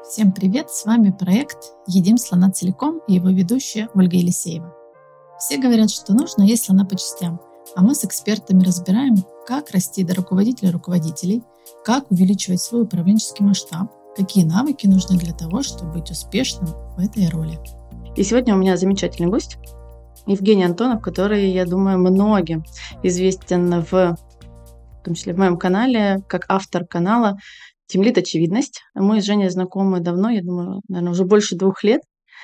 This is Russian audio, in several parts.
Всем привет! С вами проект «Едим слона целиком» и его ведущая Ольга Елисеева. Все говорят, что нужно есть слона по частям, а мы с экспертами разбираем, как расти до руководителя руководителей, как увеличивать свой управленческий масштаб, какие навыки нужны для того, чтобы быть успешным в этой роли. И сегодня у меня замечательный гость Евгений Антонов, который, я думаю, многим известен в том числе в моем канале, как автор канала «Тимлид. Очевидность». Мы с Женей знакомы давно, я думаю, наверное, уже больше 2 лет.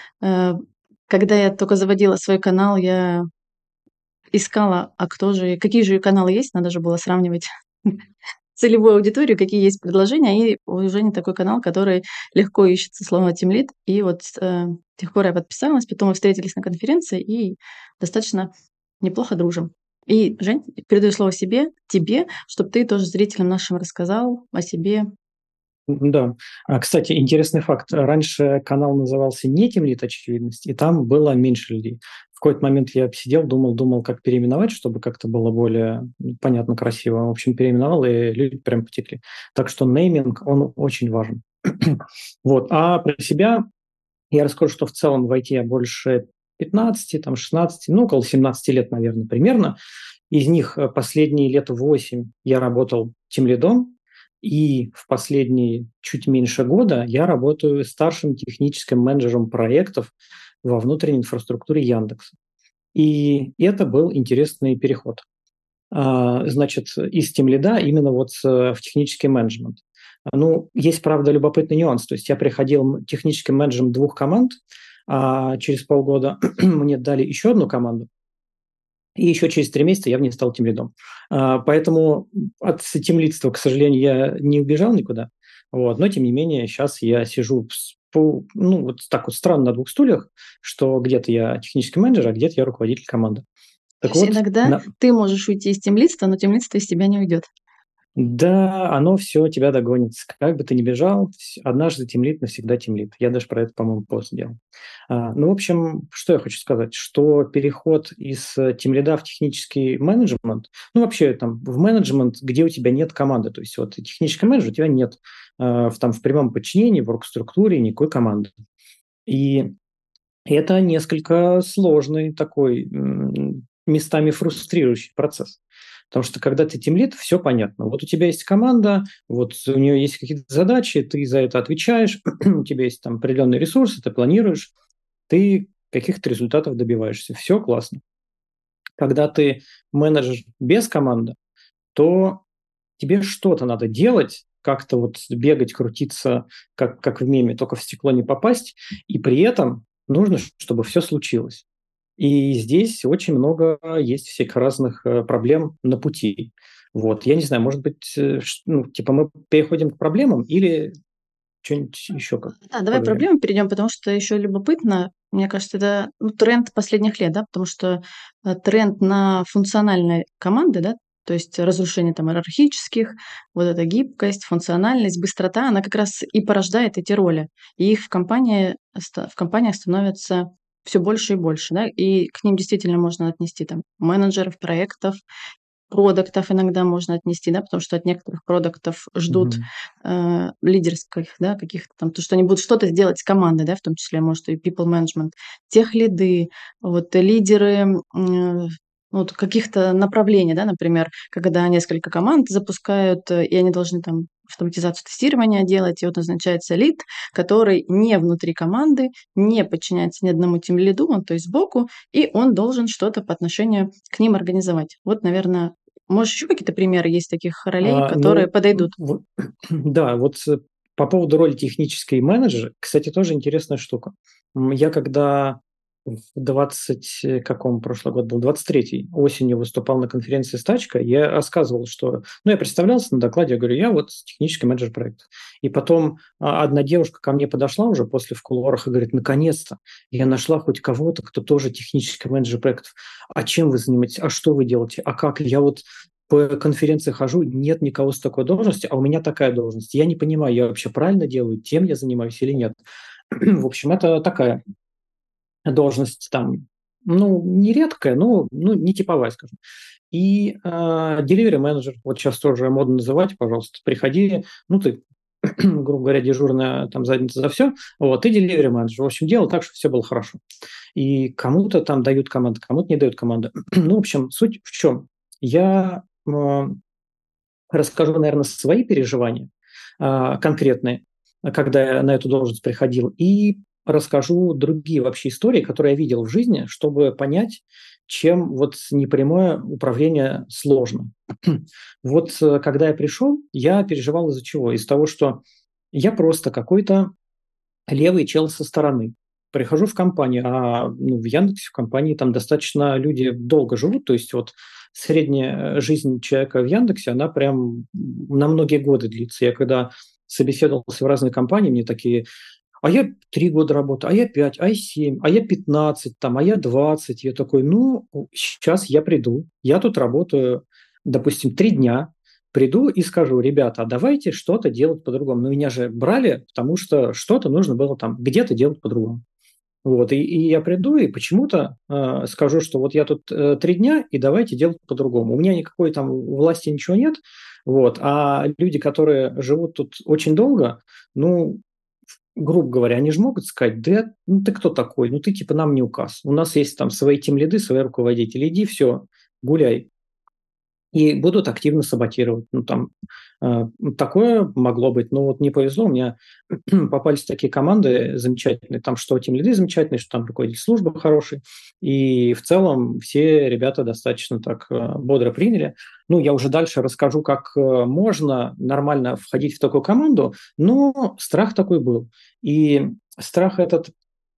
Когда я только заводила свой канал, я искала, какие же каналы есть, надо же было сравнивать целевую аудиторию, какие есть предложения, и у Жени такой канал, который легко ищется, словно Тимлид. И вот с тех пор я подписалась, потом мы встретились на конференции и достаточно неплохо дружим. И, Жень, передаю слово тебе, чтобы ты тоже зрителям нашим рассказал о себе. Да. Кстати, интересный факт. Раньше канал назывался не «Тимлид. Очевидность», и там было меньше людей. В какой-то момент я сидел, думал, как переименовать, чтобы как-то было более понятно, красиво. В общем, переименовал, и люди прям потекли. Так что нейминг, он очень важен. Вот. А про себя я расскажу, что в целом в IT я больше 15, 16, около 17 лет, наверное, примерно. Из них последние лет 8 я работал тимлидом, и в последние чуть меньше года я работаю старшим техническим менеджером проектов во внутренней инфраструктуре Яндекса. И это был интересный переход. Значит, из тимлида именно в технический менеджмент. Есть, правда, любопытный нюанс. То есть я приходил техническим менеджером 2 команд, а через полгода мне дали еще одну команду, и еще через 3 месяца я в ней стал тимлидом. Поэтому от тимлидства, к сожалению, я не убежал никуда. Но, тем не менее, сейчас я сижу вот так вот странно на 2 стульях, что где-то я технический менеджер, а где-то я руководитель команды. То есть иногда ты можешь уйти из тимлидства, но тимлидство из тебя не уйдет. Да, оно все тебя догонит. Как бы ты ни бежал, однажды тимлид, навсегда тимлид. Я даже про это, по-моему, пост делал. В общем, что я хочу сказать, что переход из тимлида в технический менеджмент, вообще там в менеджмент, где у тебя нет команды, то есть вот технический менеджер, у тебя нет в прямом подчинении, в оргструктуре никакой команды. И это несколько сложный такой, местами фрустрирующий процесс. Потому что когда ты тимлид, все понятно. Вот у тебя есть команда, вот у нее есть какие-то задачи, ты за это отвечаешь, у тебя есть там определенные ресурсы, ты планируешь, ты каких-то результатов добиваешься. Все классно. Когда ты менеджер без команды, то тебе что-то надо делать, как-то вот бегать, крутиться, как в меме, только в стекло не попасть, и при этом нужно, чтобы все случилось. И здесь очень много есть всяких разных проблем на пути. Я не знаю, может быть, мы переходим к проблемам или что-нибудь еще как? Да, давай к проблемам перейдем, потому что еще любопытно, мне кажется, это тренд последних лет, да, потому что тренд на функциональные команды, да, то есть разрушение там иерархических, вот эта гибкость, функциональность, быстрота, она как раз и порождает эти роли. И их в компаниях становится все больше и больше, да, и к ним действительно можно отнести там менеджеров, проектов, продуктов иногда можно отнести, да, потому что от некоторых продуктов ждут лидерских, да, каких-то там, то, что они будут что-то сделать с командой, да, в том числе, может, и people management, техлиды, лидеры каких-то направлений, да, например, когда несколько команд запускают, и они должны там автоматизацию тестирования делать, и назначается лид, который не внутри команды, не подчиняется ни одному тимлиду, он то есть сбоку, и он должен что-то по отношению к ним организовать. Наверное, может, еще какие-то примеры есть таких ролей, которые подойдут? Да, по поводу роли технической менеджера, кстати, тоже интересная штука. Я когда в прошлый год был, 23-й, осенью выступал на конференции «Стачка», я рассказывал, что... я представлялся на докладе, я говорю, я технический менеджер проекта. И потом одна девушка ко мне подошла уже после в кулуарах и говорит, наконец-то я нашла хоть кого-то, кто тоже технический менеджер проектов. А чем вы занимаетесь? А что вы делаете? А как? Я по конференции хожу, нет никого с такой должностью, а у меня такая должность. Я не понимаю, я вообще правильно делаю, тем я занимаюсь или нет. В общем, это такая должность там, не редкая, но не типовая, скажем. И delivery менеджер, сейчас тоже модно называть, пожалуйста, приходи, ты грубо говоря, дежурная там задница за все, вот, и delivery менеджер. В общем, делал так, чтобы все было хорошо. И кому-то там дают команды, кому-то не дают команды. Ну, в общем, суть в чем? Я расскажу, наверное, свои переживания конкретные, когда я на эту должность приходил, и расскажу другие вообще истории, которые я видел в жизни, чтобы понять, чем вот непрямое управление сложно. Вот когда я пришел, я переживал из-за чего? Из-за того, что я просто какой-то левый чел со стороны. Прихожу в компанию, а в Яндексе, в компании там достаточно люди долго живут, то есть вот средняя жизнь человека в Яндексе, она прям на многие годы длится. Я когда собеседовался в разные компании, мне такие, а я 3 года работаю, а я 5, а я 7, а я 15, там, а я 20. Я такой, сейчас я приду, я тут работаю, допустим, 3 дня, приду и скажу, ребята, а давайте что-то делать по-другому. Но меня же брали, потому что что-то нужно было там где-то делать по-другому. Вот, и я приду и почему-то скажу, что вот я тут 3 дня, и давайте делать по-другому. У меня никакой там власти ничего нет, вот, а люди, которые живут тут очень долго, грубо говоря, они же могут сказать, да, ты кто такой, ты типа нам не указ. У нас есть там свои тимлиды, свои руководители, иди, все, гуляй. И будут активно саботировать. Такое могло быть. Но вот не повезло, у меня попались такие команды замечательные, там что тимлиды замечательные, что там руководитель службы хороший. И в целом все ребята достаточно так бодро приняли. Я уже дальше расскажу, как можно нормально входить в такую команду, но страх такой был. И страх этот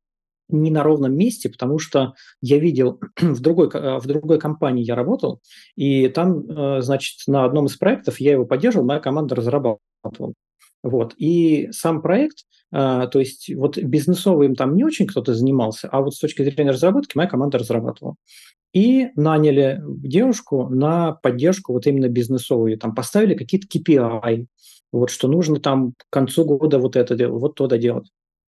не на ровном месте, потому что я видел в другой компании я работал, и там, значит, на одном из проектов я его поддерживал, моя команда разрабатывала. Вот. И сам проект, то есть вот бизнесовым там не очень кто-то занимался, а вот с точки зрения разработки моя команда разрабатывала. И наняли девушку на поддержку вот именно бизнесовую. Там поставили какие-то KPI, вот что нужно там к концу года вот это делать, вот то делать.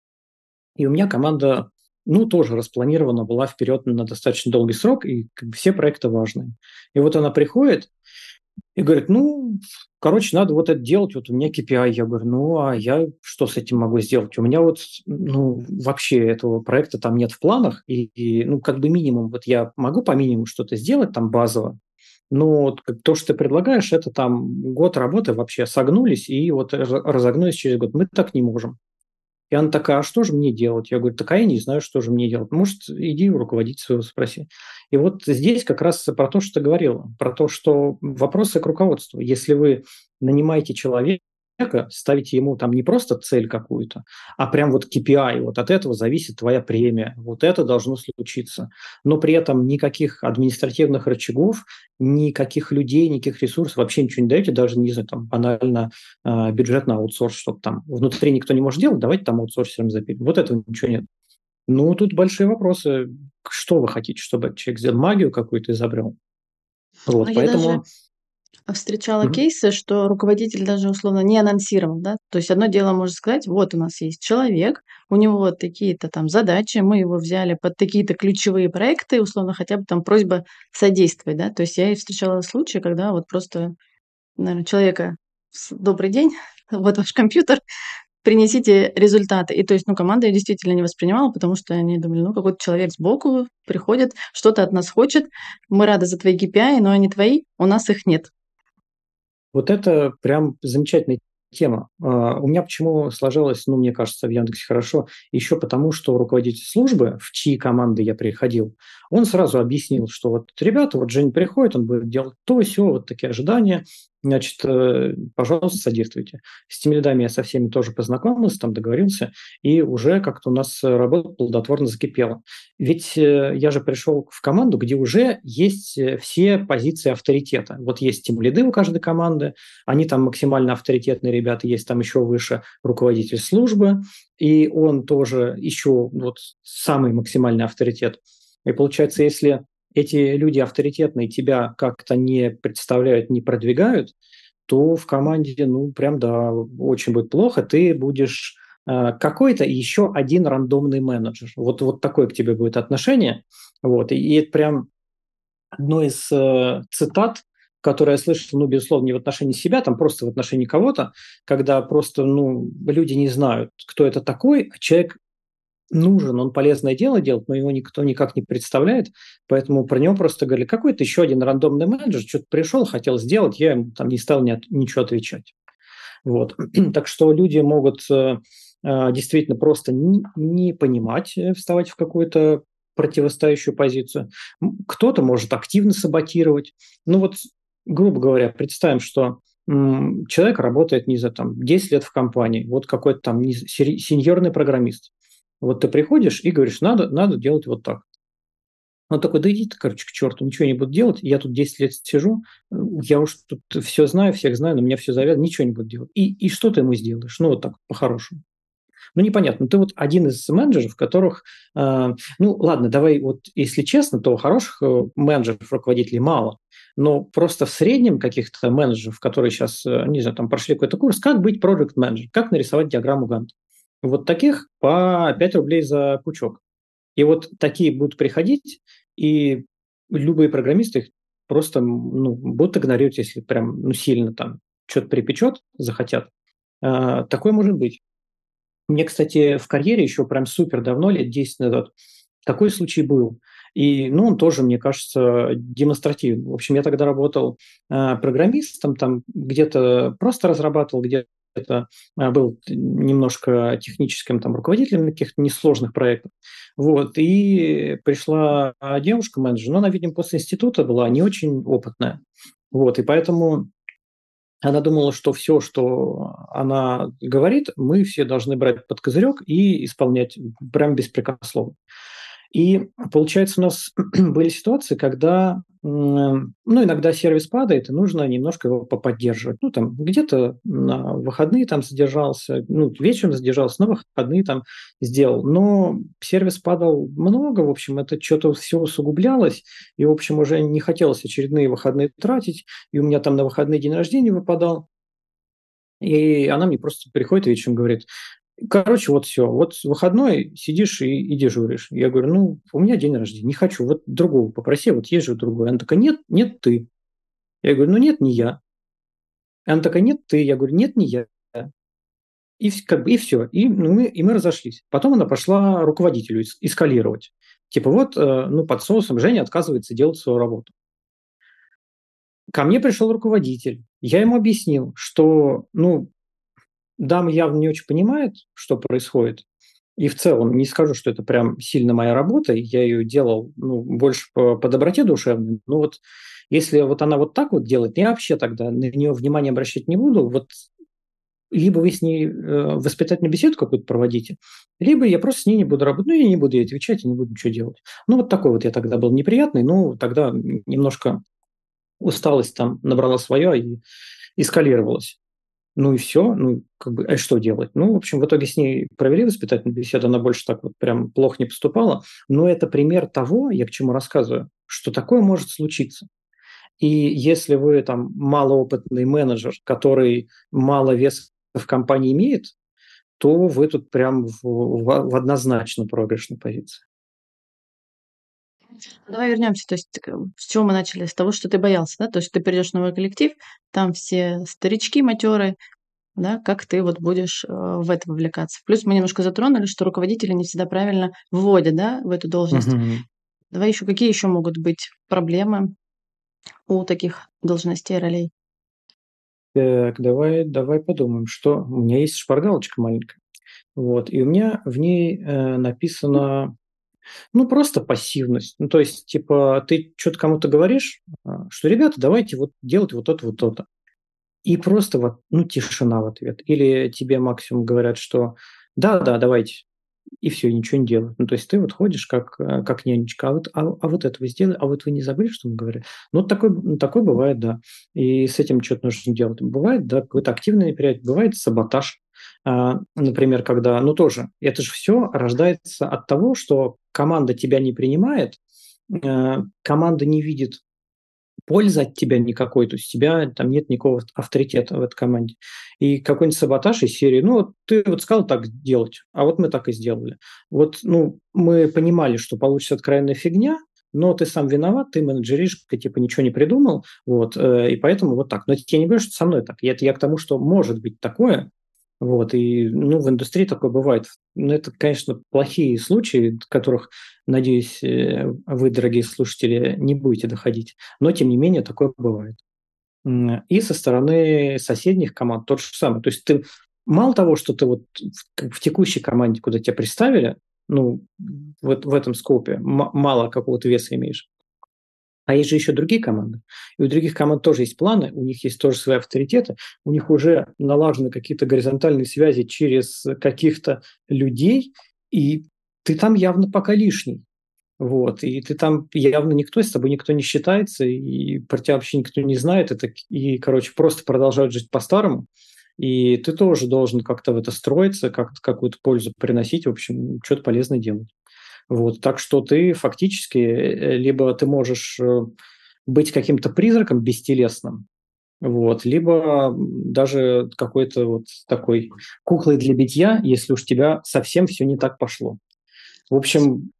И у меня команда, тоже распланирована была вперед на достаточно долгий срок, и как бы все проекты важные. И вот она приходит и говорит, короче, надо вот это делать, вот у меня KPI. Я говорю, а я что с этим могу сделать? У меня вот, вообще этого проекта там нет в планах, и как бы минимум, вот я могу по минимуму что-то сделать там базово, но вот то, что ты предлагаешь, это там год работы вообще согнулись и вот разогнулись через год. Мы так не можем. И она такая, а что же мне делать? Я говорю, так я не знаю, что же мне делать. Может, иди у руководителя своего спроси. И вот здесь как раз про то, что ты говорила, про то, что вопросы к руководству. Если вы нанимаете человека, ставите ему там не просто цель какую-то, а прям вот KPI, вот от этого зависит твоя премия, вот это должно случиться. Но при этом никаких административных рычагов, никаких людей, никаких ресурсов, вообще ничего не даете, даже, не знаю, там банально бюджет на аутсорс, чтобы там внутри никто не может делать, давайте там аутсорсером запилим. Вот этого ничего нет. Тут большие вопросы. Что вы хотите, чтобы этот человек сделал магию какую-то изобрел? Вот, Я даже поэтому... встречала Мгм. кейсы, что руководитель даже условно не анонсировал, да. То есть одно дело можно сказать: "Вот у нас есть человек, у него вот такие-то там задачи, мы его взяли под такие-то ключевые проекты", условно, хотя бы там просьба содействовать, да. То есть я и встречала случаи, когда вот просто, наверно, человека "Добрый день, вот ваш компьютер, принесите результаты". И то есть, команда её действительно не воспринимала, потому что они думали: какой-то человек сбоку приходит, что-то от нас хочет, мы рады за твои KPI, но они твои, у нас их нет. Вот это прям замечательная тема. У меня почему сложилось, мне кажется, в Яндексе хорошо, еще потому, что руководитель службы, в чьи команды я приходил, он сразу объяснил, что вот, ребята, вот Женя приходит, он будет делать то, сё, вот такие ожидания, значит, пожалуйста, содействуйте. С теми лидами я со всеми тоже познакомился, там договорился, и уже как-то у нас работа плодотворно закипела. Ведь я же пришел в команду, где уже есть все позиции авторитета. Вот есть тимлиды у каждой команды, они там максимально авторитетные ребята, есть там еще выше руководитель службы, и он тоже еще вот самый максимальный авторитет. И получается, если эти люди авторитетные тебя как-то не представляют, не продвигают, то в команде, прям, да, очень будет плохо. Ты будешь какой-то и еще один рандомный менеджер. Вот такое к тебе будет отношение. Вот. И это прям одно из цитат которое я слышал, ну, безусловно, не в отношении себя, там просто в отношении кого-то, когда просто, ну, люди не знают, кто это такой, а человек нужен, он полезное дело делает, но его никто никак не представляет, поэтому про него просто говорили, какой-то еще один рандомный менеджер, что-то пришел, хотел сделать, я ему там не стал ничего отвечать. Вот. Так что люди могут действительно просто не понимать, вставать в какую-то противостоящую позицию. Кто-то может активно саботировать. Ну вот, грубо говоря, представим, что человек работает, не знаю, там, 10 лет в компании, вот какой-то там сеньорный программист. Вот ты приходишь и говоришь, надо делать вот так. Он такой, да иди ты, короче, к черту, ничего не буду делать, я тут 10 лет сижу, я уж тут все знаю, всех знаю, на меня все завязано, ничего не буду делать. И что ты ему сделаешь? Ну, вот так, по-хорошему. Ну, непонятно. Ты вот один из менеджеров, которых, ну, ладно, давай вот, если честно, то хороших менеджеров, руководителей мало. Но просто в среднем каких-то менеджеров, которые сейчас, не знаю, там прошли какой-то курс, как быть проект менеджер, как нарисовать диаграмму Ганта. Вот таких по 5 рублей за пучок. И вот такие будут приходить, и любые программисты их просто ну, будут игнорировать, если прям ну, сильно там что-то припечет, захотят. Такое может быть. Мне, кстати, в карьере еще прям супер давно, лет 10 назад, такой случай был. И, ну, он тоже, мне кажется, демонстративный. В общем, я тогда работал программистом, там где-то просто разрабатывал, где-то был немножко техническим там руководителем каких-то несложных проектов. Вот, и пришла девушка-менеджер, но она, видимо, после института была не очень опытная. Вот, и поэтому она думала, что все, что она говорит, мы все должны брать под козырек и исполнять прям беспрекословно. И получается, у нас были ситуации, когда ну, иногда сервис падает, и нужно немножко его поподдерживать. Ну, там где-то на выходные там задержался, ну, вечером задержался, на выходные там сделал. Но сервис падал много, в общем, это что-то все усугублялось, и, в общем, уже не хотелось очередные выходные тратить, и у меня там на выходные день рождения выпадал. И она мне просто приходит вечером, говорит, короче, вот все, вот выходной сидишь и дежуришь. Я говорю, ну, у меня день рождения, не хочу, вот другого попроси, вот есть же другой. Она такая, нет, нет, ты. Я говорю, ну, нет, не я. Она такая, нет, ты. Я говорю, нет, не я. И как бы и все. И, ну, мы разошлись. Потом она пошла руководителю эскалировать. Типа вот, ну, под соусом Женя отказывается делать свою работу. Ко мне пришел руководитель. Я ему объяснил, что, ну, дама явно не очень понимает, что происходит. И в целом не скажу, что это прям сильно моя работа. Я ее делал ну, больше по доброте душевной. Но вот если вот она вот так вот делает, я вообще тогда на нее внимания обращать не буду. Вот либо вы с ней воспитательную беседу какую-то проводите, либо я просто с ней не буду работать. Ну, я не буду ей отвечать, я не буду ничего делать. Ну, вот такой вот я тогда был неприятный. Ну, тогда немножко усталость там набрала свое и эскалировалась. Ну и все, ну как бы, а что делать? Ну, в общем, в итоге с ней провели воспитательную беседу, она больше так вот прям плохо не поступала, но это пример того, я к чему рассказываю, что такое может случиться. И если вы там малоопытный менеджер, который мало веса в компании имеет, то вы тут прям в однозначно проигрышной позиции. Давай вернемся, то есть с чего мы начали? С того, что ты боялся, да? То есть ты придешь в новый коллектив, там все старички матерые, да, как ты вот будешь в это вовлекаться. Плюс мы немножко затронули, что руководители не всегда правильно вводят, да, в эту должность. Мгм. Давай еще, какие еще могут быть проблемы у таких должностей, ролей? Так, давай подумаем, что у меня есть шпаргалочка маленькая. Вот, и у меня в ней написано ну, просто пассивность. Ну, то есть, типа, ты что-то кому-то говоришь, что, ребята, давайте вот делать вот это, вот то-то. И просто вот, ну, тишина в ответ. Или тебе максимум говорят, что да, давайте. И все, и ничего не делают. Ну, то есть ты вот ходишь как нянечка, а вот это вы сделали, а вот вы не забыли, что мы говорили? Ну, такое бывает, да. И с этим что-то нужно делать. Бывает, да, какой-то активный неприятие, бывает саботаж. Например, когда, ну, тоже, это же все рождается от того, что команда тебя не принимает, команда не видит пользы от тебя никакой, то есть у тебя там нет никакого авторитета в этой команде. И какой-нибудь саботаж из серии, ну, вот ты вот сказал так делать, а вот мы так и сделали. Вот, ну, мы понимали, что получится откровенная фигня, но ты сам виноват, ты менеджеришь, ты типа ничего не придумал, вот, и поэтому вот так. Но я не говорю, что со мной так. Я к тому, что может быть такое, вот, и, в индустрии такое бывает. Но это, конечно, плохие случаи, до которых, надеюсь, вы, дорогие слушатели, не будете доходить. Но, тем не менее, такое бывает. И со стороны соседних команд тот же самый. То есть ты мало того, что ты вот в текущей команде, куда тебя представили, в этом скопе мало какого-то веса имеешь. А есть же еще другие команды. И у других команд тоже есть планы, у них есть тоже свои авторитеты, у них уже налажены какие-то горизонтальные связи через каких-то людей, и ты там явно пока лишний. Вот, и ты там явно никто, с тобой никто не считается, и про тебя вообще никто не знает, и, короче, просто продолжают жить по-старому, и ты тоже должен как-то в это строиться, как-то какую-то пользу приносить, в общем, что-то полезное делать. Вот, так что ты фактически, либо ты можешь быть каким-то призраком бестелесным, вот, либо даже какой-то вот такой куклой для битья, если уж тебя совсем все не так пошло. В общем,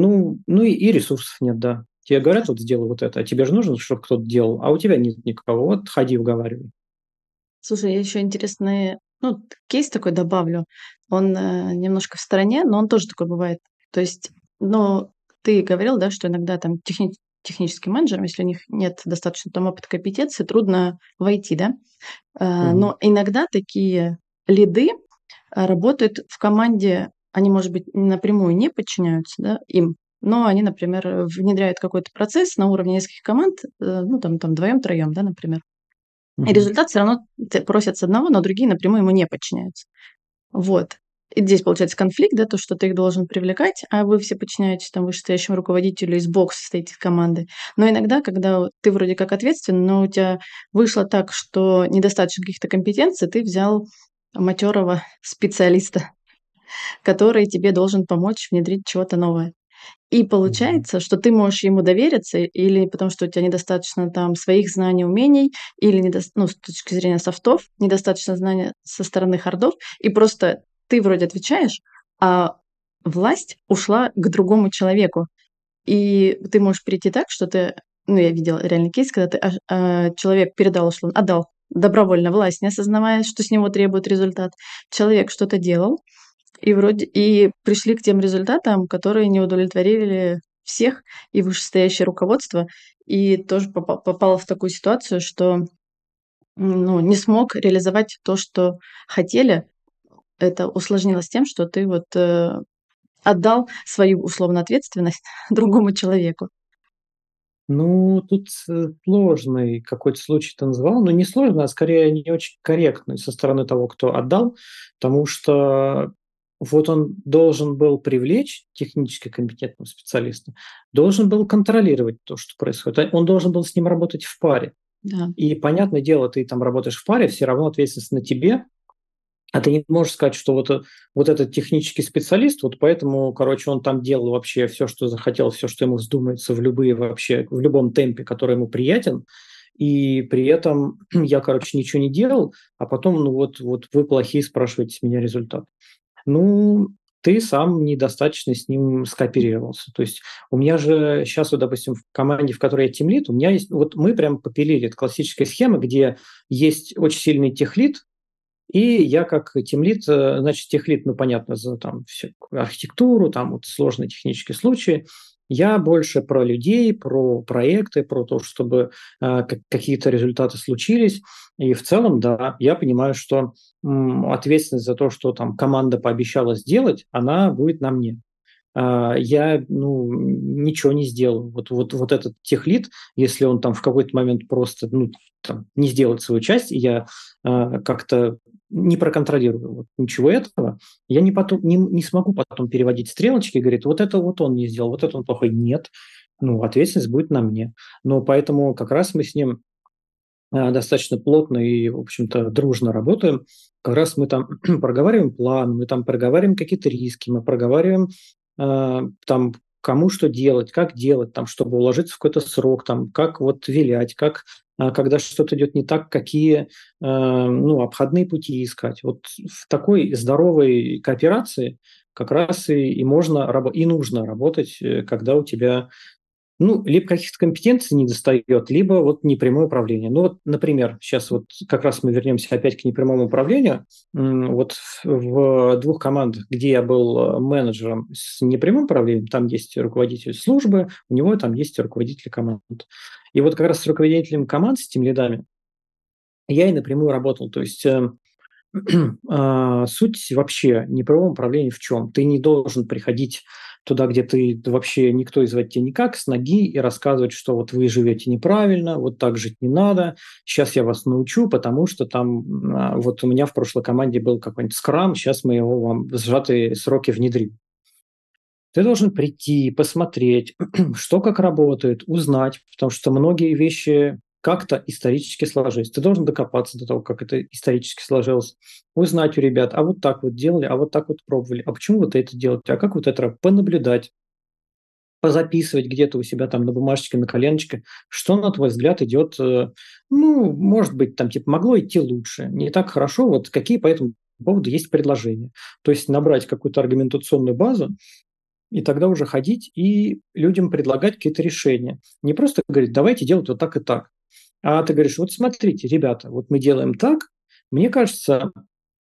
и ресурсов нет, да. Тебе говорят, вот сделай вот это, а тебе же нужно, чтобы кто-то делал, а у тебя нет никого. Вот ходи, уговаривай. Слушай, я еще интересный, кейс такой добавлю. Он немножко в стороне, но он тоже такой бывает. То есть, ты говорил, да, что иногда там техническим менеджерам, если у них нет достаточно там опыта, компетенции, трудно войти, да. Мгм. Но иногда такие лиды работают в команде, они, может быть, напрямую не подчиняются, да, им, но они, например, внедряют какой-то процесс на уровне нескольких команд, там вдвоем, троем, да, например. И Мгм. результат все равно просят с одного, но другие напрямую ему не подчиняются. Вот. И здесь получается конфликт, да, то, что ты их должен привлекать, а вы все подчиняетесь там вышестоящему руководителю, из бокса стоите команды. Но иногда, когда ты вроде как ответственный, но у тебя вышло так, что недостаточно каких-то компетенций, ты взял матерого специалиста, который тебе должен помочь внедрить чего-то новое. И Мгм. получается, что ты можешь ему довериться или потому что у тебя недостаточно там своих знаний, умений, или с точки зрения софтов, недостаточно знания со стороны хардов, и просто ты вроде отвечаешь, а власть ушла к другому человеку. И ты можешь прийти так, что ты, я видела реальный кейс, когда человек передал, условно, отдал добровольно власть, не осознавая, что с него требует результат. Человек что-то делал, и пришли к тем результатам, которые не удовлетворили всех и вышестоящее руководство, и тоже попала в такую ситуацию, что, не смог реализовать то, что хотели. Это усложнилось тем, что ты вот, отдал свою условно ответственность другому человеку. Тут сложный какой-то случай ты назвал, но не сложный, а скорее не очень корректный со стороны того, кто отдал, потому что вот он должен был привлечь технически компетентного специалиста, должен был контролировать то, что происходит, он должен был с ним работать в паре. Да. И, понятное дело, ты там работаешь в паре, все равно ответственность на тебе, а ты не можешь сказать, что вот этот технический специалист, вот поэтому, короче, он там делал вообще все, что захотел, все, что ему вздумается в любом темпе, который ему приятен, и при этом я, короче, ничего не делал, а потом, вот вы плохие, спрашиваете с меня результат. Ну, ты сам недостаточно с ним скооперировался. То есть у меня же сейчас, вот, допустим, в команде, в которой я тимлид, у меня есть, вот мы прям попилили, это классическая схема, где есть очень сильный техлид, и я как тимлид, значит, техлид, понятно, за там всю архитектуру, там вот сложные технические случаи. Я больше про людей, про проекты, про то, чтобы какие-то результаты случились. И в целом, да, я понимаю, что ответственность за то, что там команда пообещала сделать, она будет на мне. Я ничего не сделал. Вот этот техлид, если он там в какой-то момент просто там, не сделает свою часть, и я как-то не проконтролирую ничего этого, я не смогу потом переводить стрелочки и говорить, вот это вот он не сделал, вот это он плохой. Нет, ответственность будет на мне. Но поэтому как раз мы с ним достаточно плотно и, в общем-то, дружно работаем. Как раз мы там проговариваем план, мы там проговариваем какие-то риски, мы проговариваем там кому что делать, там, чтобы уложиться в какой-то срок, там, как вот вилять, как когда что-то идет не так, какие обходные пути искать. Вот в такой здоровой кооперации как раз и можно и нужно работать, когда у тебя Ну, либо каких-то компетенций не достает, либо вот непрямое управление. Ну вот, например, сейчас вот как раз мы вернемся опять к непрямому управлению. Вот в двух командах, где я был менеджером с непрямым управлением, там есть руководитель службы, у него там есть руководитель команд. И вот как раз с руководителем команд, с тем лидами, я и напрямую работал. То есть суть вообще непрямого управления в чем? Ты не должен приходить туда, где ты вообще никто и звать тебя никак, с ноги и рассказывать, что вот вы живете неправильно, вот так жить не надо, сейчас я вас научу, потому что там вот у меня в прошлой команде был какой-нибудь скрам, сейчас мы его вам в сжатые сроки внедрим. Ты должен прийти, посмотреть, что как работает, узнать, потому что многие вещи как-то исторически сложились. Ты должен докопаться до того, как это исторически сложилось, узнать у ребят, а вот так вот делали, а вот так вот пробовали, а почему вот это делать, а как вот это понаблюдать, позаписывать где-то у себя там на бумажечке, на коленочке, что, на твой взгляд, идет, ну, может быть, там, типа, могло идти лучше, не так хорошо, вот какие по этому поводу есть предложения. То есть набрать какую-то аргументационную базу, и тогда уже ходить и людям предлагать какие-то решения. Не просто говорить, давайте делать вот так и так. А ты говоришь, вот смотрите, ребята, вот мы делаем так, мне кажется,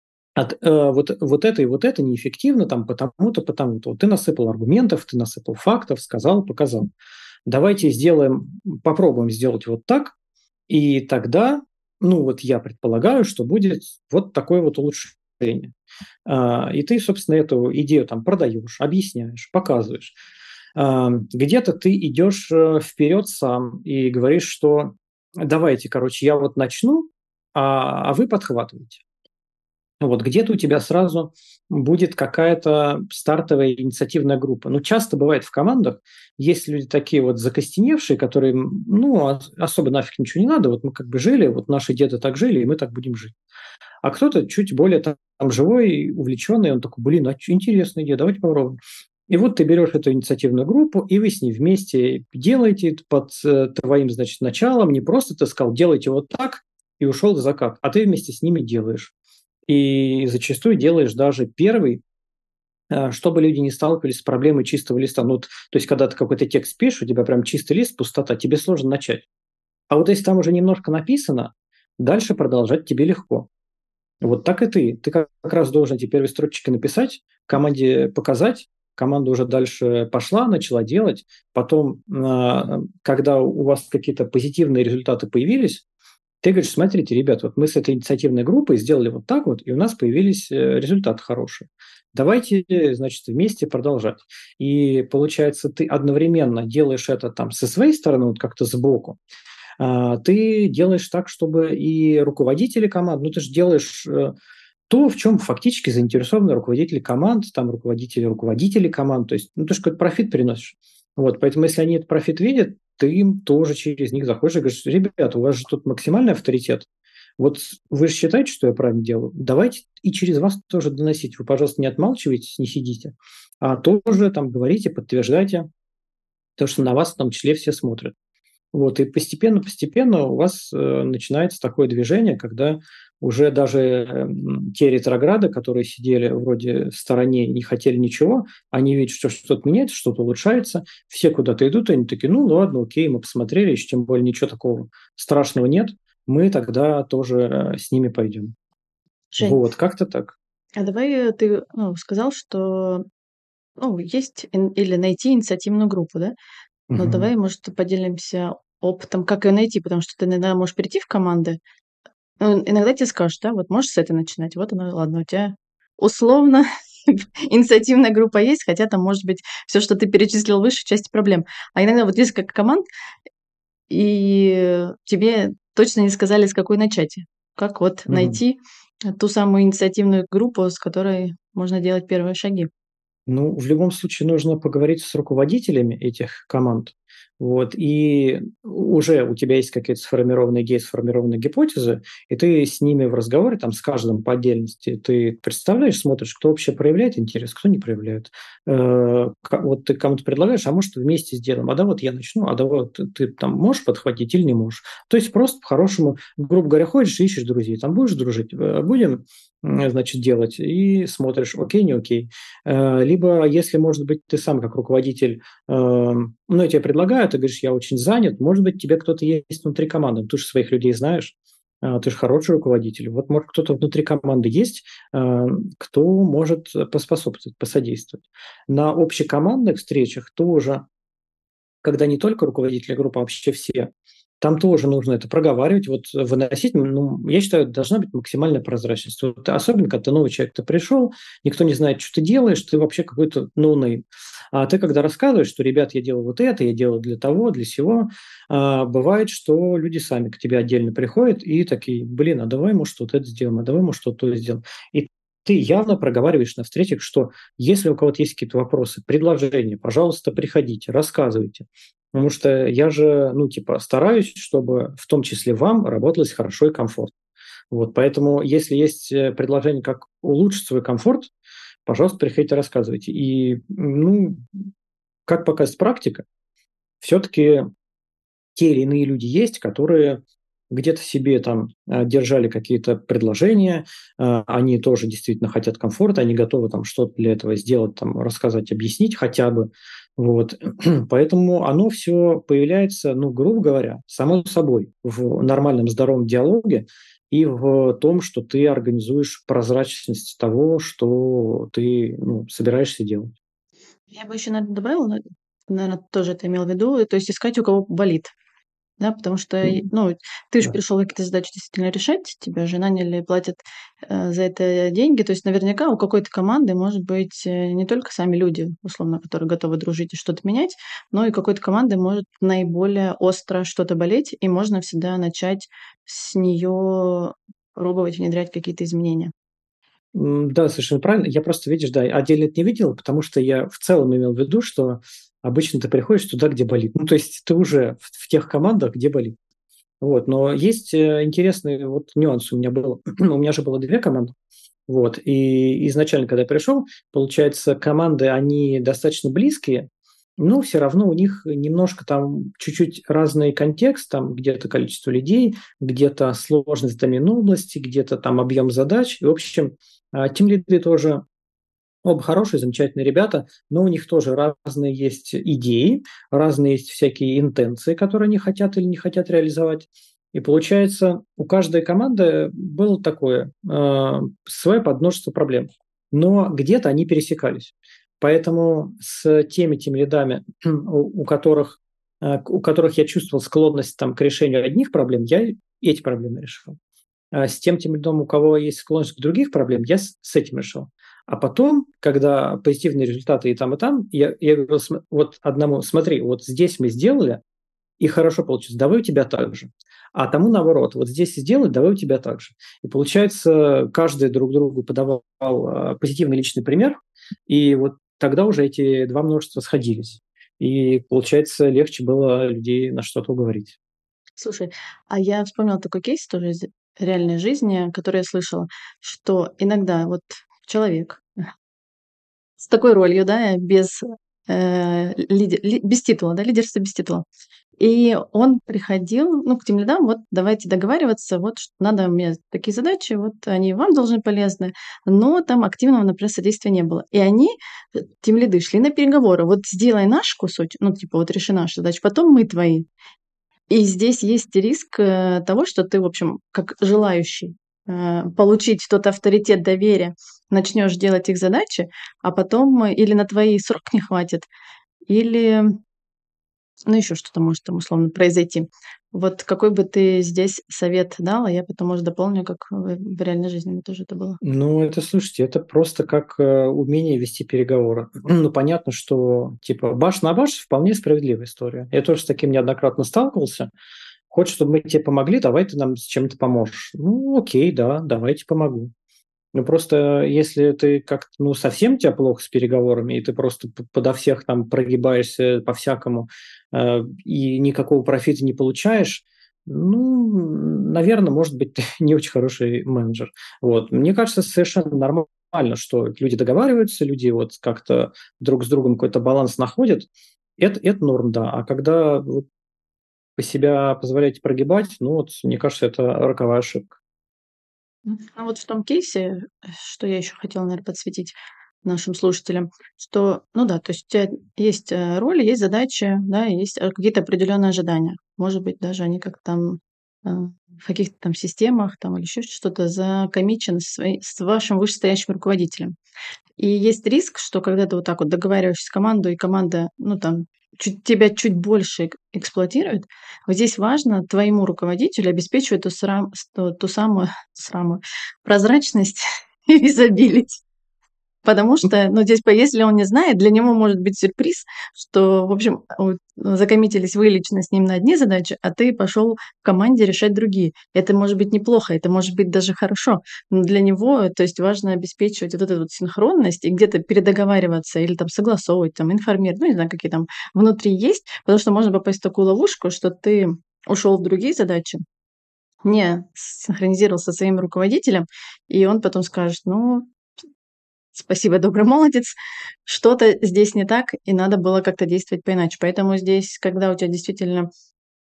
вот это и вот это неэффективно там потому-то, потому-то. Вот ты насыпал аргументов, ты насыпал фактов, сказал, показал. Давайте сделаем, попробуем сделать вот так, и тогда, ну вот я предполагаю, что будет вот такое вот улучшение. И ты, собственно, эту идею там продаешь, объясняешь, показываешь. Где-то ты идешь вперед сам и говоришь, что давайте, короче, я вот начну, а вы подхватываете. Вот где-то у тебя сразу будет какая-то стартовая инициативная группа. Ну, часто бывает в командах, есть люди такие вот закостеневшие, которые, ну, особо нафиг ничего не надо, вот мы как бы жили, вот наши деды так жили, и мы так будем жить. А кто-то чуть более там живой, увлеченный, он такой, блин, интересная идея, давайте попробуем. И вот ты берешь эту инициативную группу, и вы с ней вместе делаете это под твоим, значит, началом. Не просто ты сказал, делайте вот так, и ушел в закат, а ты вместе с ними делаешь. И зачастую делаешь даже первый, чтобы люди не сталкивались с проблемой чистого листа. Ну, то есть, когда ты какой-то текст пишешь, у тебя прям чистый лист, пустота, тебе сложно начать. А вот если там уже немножко написано, дальше продолжать тебе легко. Вот так и ты. Ты как раз должен эти первые строчки написать, команде показать, команда уже дальше пошла, начала делать. Потом, когда у вас какие-то позитивные результаты появились, ты говоришь, смотрите, ребят, вот мы с этой инициативной группой сделали вот так вот, и у нас появились результаты хорошие. Давайте, значит, вместе продолжать. И получается, ты одновременно делаешь это там со своей стороны, вот как-то сбоку, ты делаешь так, чтобы и руководители команд, ну ты же делаешь то, в чем фактически заинтересованы руководители команд, там руководители команд, то есть ну, ты же какой-то профит приносишь. Вот, поэтому если они этот профит видят, ты им тоже через них заходишь и говоришь, ребята, у вас же тут максимальный авторитет, вот вы же считаете, что я правильно делаю, давайте и через вас тоже доносить. Вы, пожалуйста, не отмалчивайтесь, не сидите, а тоже там говорите, подтверждайте, то, что на вас в том числе все смотрят. Вот, и постепенно у вас начинается такое движение, когда уже даже те ретрограды, которые сидели вроде в стороне и не хотели ничего, они видят, что что-то меняется, что-то улучшается, все куда-то идут, и они такие, ну ладно, окей, мы посмотрели, еще тем более ничего такого страшного нет, мы тогда тоже с ними пойдем. Жень, Вот, как-то так. а давай ты сказал, что есть или найти инициативную группу, да? Но Мгм. давай, может, поделимся опытом, как ее найти, потому что ты иногда можешь прийти в команды, иногда тебе скажут, да, вот можешь с этой начинать, вот оно, ладно, у тебя условно инициативная группа есть, хотя там может быть все, что ты перечислил выше, часть проблем. А иногда вот есть как команд, и тебе точно не сказали, с какой начать. Как вот Мгм. найти ту самую инициативную группу, с которой можно делать первые шаги. Ну, в любом случае нужно поговорить с руководителями этих команд. Вот, и уже у тебя есть какие-то сформированные идеи, сформированные гипотезы, и ты с ними в разговоре, там, с каждым по отдельности, ты представляешь, смотришь, кто вообще проявляет интерес, кто не проявляет. Вот ты кому-то предлагаешь, а может, вместе сделаем, а да, вот я начну, а да, вот ты там можешь подхватить или не можешь. То есть просто по-хорошему, грубо говоря, ходишь и ищешь друзей, там будешь дружить, будем, значит, делать, и смотришь, окей, не окей. Либо, если, может быть, ты сам как руководитель, ну, я тебе предлагаю предлагаю, ты говоришь, я очень занят, может быть, тебе кто-то есть внутри команды, ты же своих людей знаешь, ты же хороший руководитель. Вот, может, кто-то внутри команды есть, кто может поспособствовать, посодействовать. На общекомандных встречах тоже, когда не только руководители группы, а вообще все, там тоже нужно это проговаривать, вот выносить. Ну, я считаю, должна быть максимальная прозрачность. Вот, особенно, когда ты новый человек, ты пришел, никто не знает, что ты делаешь, ты вообще какой-то ноунейм. А ты, когда рассказываешь, что, ребят, я делал вот это, я делал для того, для сего, бывает, что люди сами к тебе отдельно приходят и такие, блин, а давай, может, вот это сделаем, а давай, может, вот то сделаем. И ты явно проговариваешь на встречах, что если у кого-то есть какие-то вопросы, предложения, пожалуйста, приходите, рассказывайте. Потому что я же, ну, типа, стараюсь, чтобы в том числе вам работалось хорошо и комфортно. Вот, поэтому, если есть предложение, как улучшить свой комфорт, пожалуйста, приходите, рассказывайте. И, ну, как показывает практика, все-таки те или иные люди есть, которые где-то себе там держали какие-то предложения, они тоже действительно хотят комфорта, они готовы там что-то для этого сделать, там рассказать, объяснить хотя бы. Вот. Поэтому оно все появляется, ну, грубо говоря, само собой в нормальном здоровом диалоге и в том, что ты организуешь прозрачность того, что ты, ну, собираешься делать. Я бы еще, наверное, добавила, наверное, тоже это имел в виду, то есть искать, у кого болит. Да, потому что, ну, ты же Да. пришел какие-то задачи действительно решать, тебя же наняли, платят за это деньги. То есть наверняка у какой-то команды может быть не только сами люди, условно, которые готовы дружить и что-то менять, но и какой-то команды может наиболее остро что-то болеть, и можно всегда начать с нее пробовать внедрять какие-то изменения. Да, совершенно правильно. Я просто, видишь, да, отдельно это не видел, потому что я в целом имел в виду, что обычно ты приходишь туда, где болит. Ну, то есть ты уже в тех командах, где болит. Вот. Но есть интересный вот нюанс у меня был. У меня же было две команды. Вот. И изначально, когда я пришел, получается, команды, они достаточно близкие, но все равно у них немножко там чуть-чуть разный контекст, там где-то количество людей, где-то сложность доменной области, где-то там объем задач. И, в общем, тимлиды тоже оба хорошие, замечательные ребята, но у них тоже разные есть идеи, разные есть всякие интенции, которые они хотят или не хотят реализовать. И получается, у каждой команды было такое свое подмножество проблем. Но где-то они пересекались. Поэтому с теми тимлидами, у которых я чувствовал склонность там, к решению одних проблем, я эти проблемы решил. А с тем тимлидом, у кого есть склонность к других проблем, я с этим решил. А потом, когда позитивные результаты и там, я говорил вот одному, смотри, вот здесь мы сделали, и хорошо получилось, давай у тебя так же. А тому наоборот, вот здесь сделать, давай у тебя так же. И получается, каждый друг другу подавал позитивный личный пример, и вот тогда уже эти два множества сходились. И, получается, легче было людей на что-то уговорить. Слушай, а я вспомнила такой кейс тоже из реальной жизни, который я слышала, что иногда вот человек с такой ролью, да, без, без титула, да, лидерство без титула. И он приходил, ну, к тем лидам, вот давайте договариваться, вот надо мне такие задачи, вот они вам должны полезны, но там активного, например, содействия не было. И они, тем лиды, шли на переговоры, вот сделай наш кусочек, ну, типа, вот реши нашу задачу, потом мы твои. И здесь есть риск того, что ты, в общем, как желающий получить тот авторитет доверия, начнешь делать их задачи, а потом или на твои срок не хватит, или ну, еще что-то может там условно произойти. Вот какой бы ты здесь совет дала? Я потом, может, дополню, как в реальной жизни у меня тоже это было. Ну, это, слушайте, это просто как умение вести переговоры. Ну, понятно, что типа баш на баш вполне справедливая история. Я тоже с таким неоднократно сталкивался. Хочешь, чтобы мы тебе помогли, давай ты нам с чем-то поможешь. Ну, окей, да, давайте помогу. Ну, просто если ты как ну, совсем у тебя плохо с переговорами, и ты просто подо всех там прогибаешься по-всякому, и никакого профита не получаешь, ну, наверное, может быть, ты не очень хороший менеджер. Вот. Мне кажется, совершенно нормально, что люди договариваются, люди вот как-то друг с другом какой-то баланс находят. Это норм, да. А когда вы себя позволяете прогибать, ну, вот, мне кажется, это роковая ошибка. А вот в том кейсе, что я еще хотела, наверное, подсветить, нашим слушателям, что, ну да, то есть у тебя есть роли, есть задачи, да, есть какие-то определенные ожидания. Может быть, даже они как там в каких-то там системах там или еще что-то закомичены с вашим вышестоящим руководителем. И есть риск, что когда ты вот так вот договариваешься с командой, и команда, ну, там, тебя чуть больше эксплуатирует, вот здесь важно твоему руководителю обеспечивать ту самую сраму прозрачность и визабилити. Потому что, ну, здесь, если он не знает, для него может быть сюрприз, что, в общем, вот, закоммитились вы лично с ним на одни задачи, а ты пошел в команде решать другие. Это может быть неплохо, это может быть даже хорошо. Но для него, то есть важно обеспечивать вот эту вот синхронность и где-то передоговариваться или там согласовывать, там информировать, ну, не знаю, какие там внутри есть, потому что можно попасть в такую ловушку, что ты ушел в другие задачи, не синхронизировал со своим руководителем, и он потом скажет, ну, спасибо, добрый молодец. Что-то здесь не так, и надо было как-то действовать поиначе. Поэтому здесь, когда у тебя действительно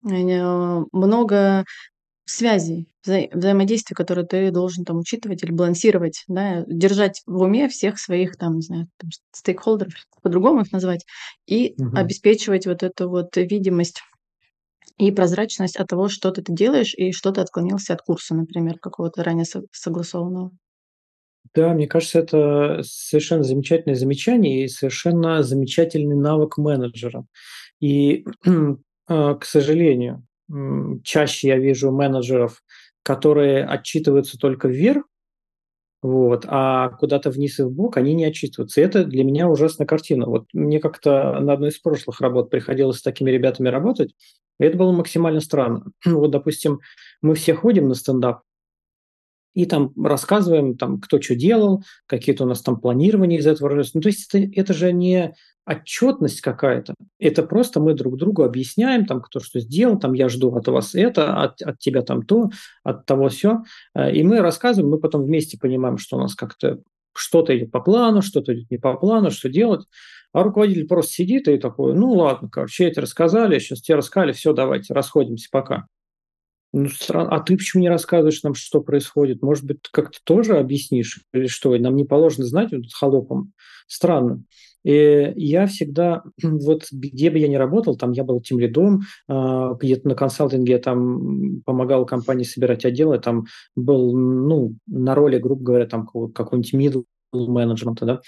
много связей, взаимодействий, которые ты должен там учитывать или балансировать, да, держать в уме всех своих там, не знаю, там, стейкхолдеров, по-другому их назвать, и Мгм. обеспечивать вот эту вот видимость и прозрачность от того, что ты делаешь и что ты отклонился от курса, например, какого-то ранее согласованного. Да, мне кажется, это совершенно замечательное замечание и совершенно замечательный навык менеджера. И, к сожалению, чаще я вижу менеджеров, которые отчитываются только вверх, вот, а куда-то вниз и вбок они не отчитываются. И это для меня ужасная картина. Вот мне как-то на одной из прошлых работ приходилось с такими ребятами работать, и это было максимально странно. Вот, допустим, мы все ходим на стендап, и там рассказываем, там, кто что делал, какие-то у нас там планирования из этого рождаются. Ну, то есть это же не отчетность какая-то, это просто мы друг другу объясняем, там, кто что сделал, там, я жду от вас это, от тебя там то, от того все. И мы рассказываем, мы потом вместе понимаем, что у нас как-то что-то идет по плану, что-то идет не по плану, что делать. А руководитель просто сидит и такой, ну ладно, короче, эти рассказали, сейчас тебе рассказали, все, давайте, расходимся, пока. Ну, а ты почему не рассказываешь нам, что происходит? Может быть, ты как-то тоже объяснишь? Или что, нам не положено знать вот холопам? Странно. И я всегда, вот где бы я ни работал, там я был тимлидом, где-то на консалтинге я там помогал компании собирать отделы, там был, ну, на роли, грубо говоря, там какого-нибудь middle менеджмента, да,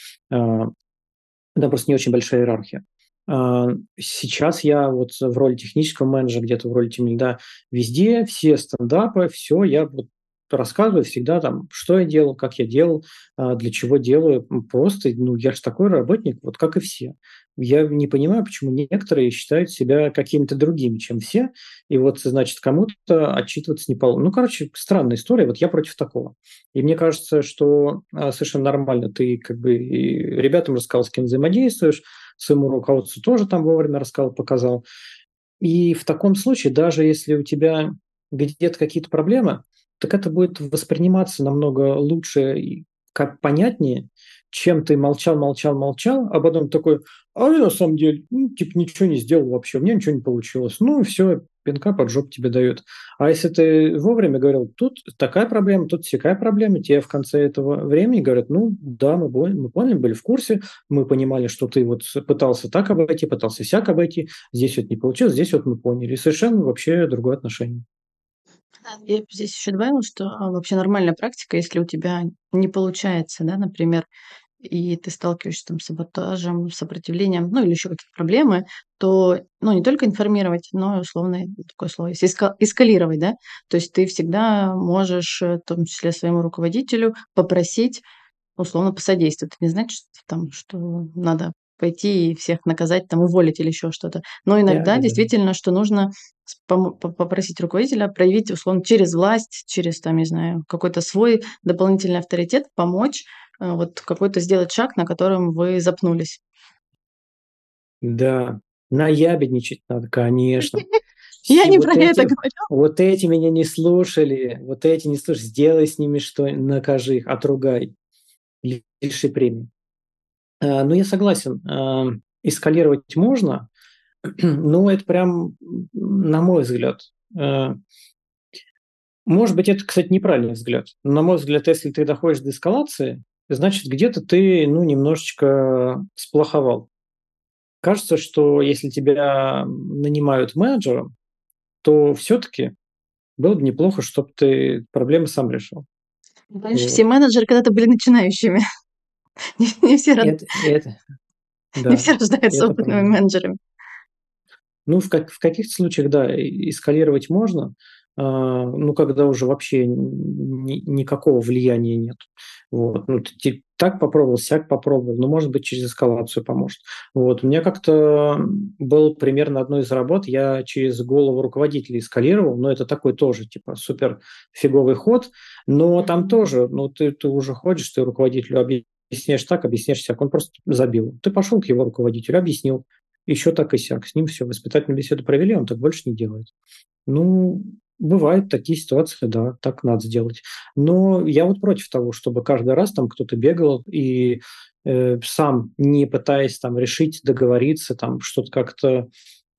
да, просто не очень большая иерархия. Сейчас я вот в роли технического менеджера, где-то в роли тимлида, везде все стендапы, все я вот рассказываю всегда там, что я делал, как я делал, для чего делаю. Просто, ну, я же такой работник, вот как и все. Я не понимаю, почему некоторые считают себя какими-то другими, чем все, и вот, значит, кому-то отчитываться не положено. Ну, короче, странная история, вот я против такого. И мне кажется, что совершенно нормально ты как бы и ребятам рассказал, с кем взаимодействуешь, своему руководству тоже там вовремя рассказал, показал. И в таком случае, даже если у тебя где-то какие-то проблемы, так это будет восприниматься намного лучше и как понятнее, чем ты молчал, молчал, молчал, а потом такой, а я на самом деле, ну, типа, ничего не сделал вообще, у меня ничего не получилось. Ну, и все, пинка под жопу тебе дают. А если ты вовремя говорил, тут такая проблема, тут всякая проблема, тебе в конце этого времени говорят, ну, да, мы поняли, были в курсе, мы понимали, что ты вот пытался так обойти, пытался сяк обойти, здесь вот не получилось, здесь вот мы поняли. И совершенно вообще другое отношение. Да, я б здесь еще добавила, что вообще нормальная практика, если у тебя не получается, да, например, и ты сталкиваешься там с саботажем, сопротивлением, ну или еще какие-то проблемы, то, ну, не только информировать, но и условно такое слово есть, эскалировать, да, то есть ты всегда можешь, в том числе своему руководителю, попросить условно посодействовать. Это не значит, что там, что надо пойти и всех наказать, там, уволить или еще что-то. Но Да, иногда да, да. действительно, что нужно попросить руководителя проявить, условно, через власть, через, там, не знаю, какой-то свой дополнительный авторитет, помочь, вот какой-то сделать шаг, на котором вы запнулись. Да, наябедничать надо, конечно. Я Все не про вот это эти, говорю. вот эти меня не слушали, вот эти не слушали, сделай с ними что, накажи их, отругай, лиши премии. Ну, я согласен, эскалировать можно, но это прям, на мой взгляд, может быть, это, кстати, неправильный взгляд. Но, на мой взгляд, если ты доходишь до эскалации, значит, где-то ты, немножечко сплоховал. Кажется, что если тебя нанимают менеджером, то все-таки было бы неплохо, чтобы ты проблемы сам решил. Понимаешь, все Вот. менеджеры когда-то были начинающими. Не все Это, не да, все рождаются это опытными правда. менеджерами. В каких-то случаях, да, эскалировать можно, когда уже вообще никакого влияния нет. Вот. Ты так попробовал, сяк попробовал, может быть, через эскалацию поможет. Вот. У меня как-то был примерно одной из работ, я через голову руководителя эскалировал, но это такой тоже, типа, супер фиговый ход, но там тоже, ты уже ходишь, ты руководителю объясняешь так, объясняешь сяк, он просто забил. Ты пошел к его руководителю, объяснил, еще так и сяк. С ним все, воспитательную беседу провели, он так больше не делает. Бывают такие ситуации, да, так надо сделать. Но я вот против того, чтобы каждый раз там кто-то бегал и сам, не пытаясь там решить, договориться, там что-то как-то,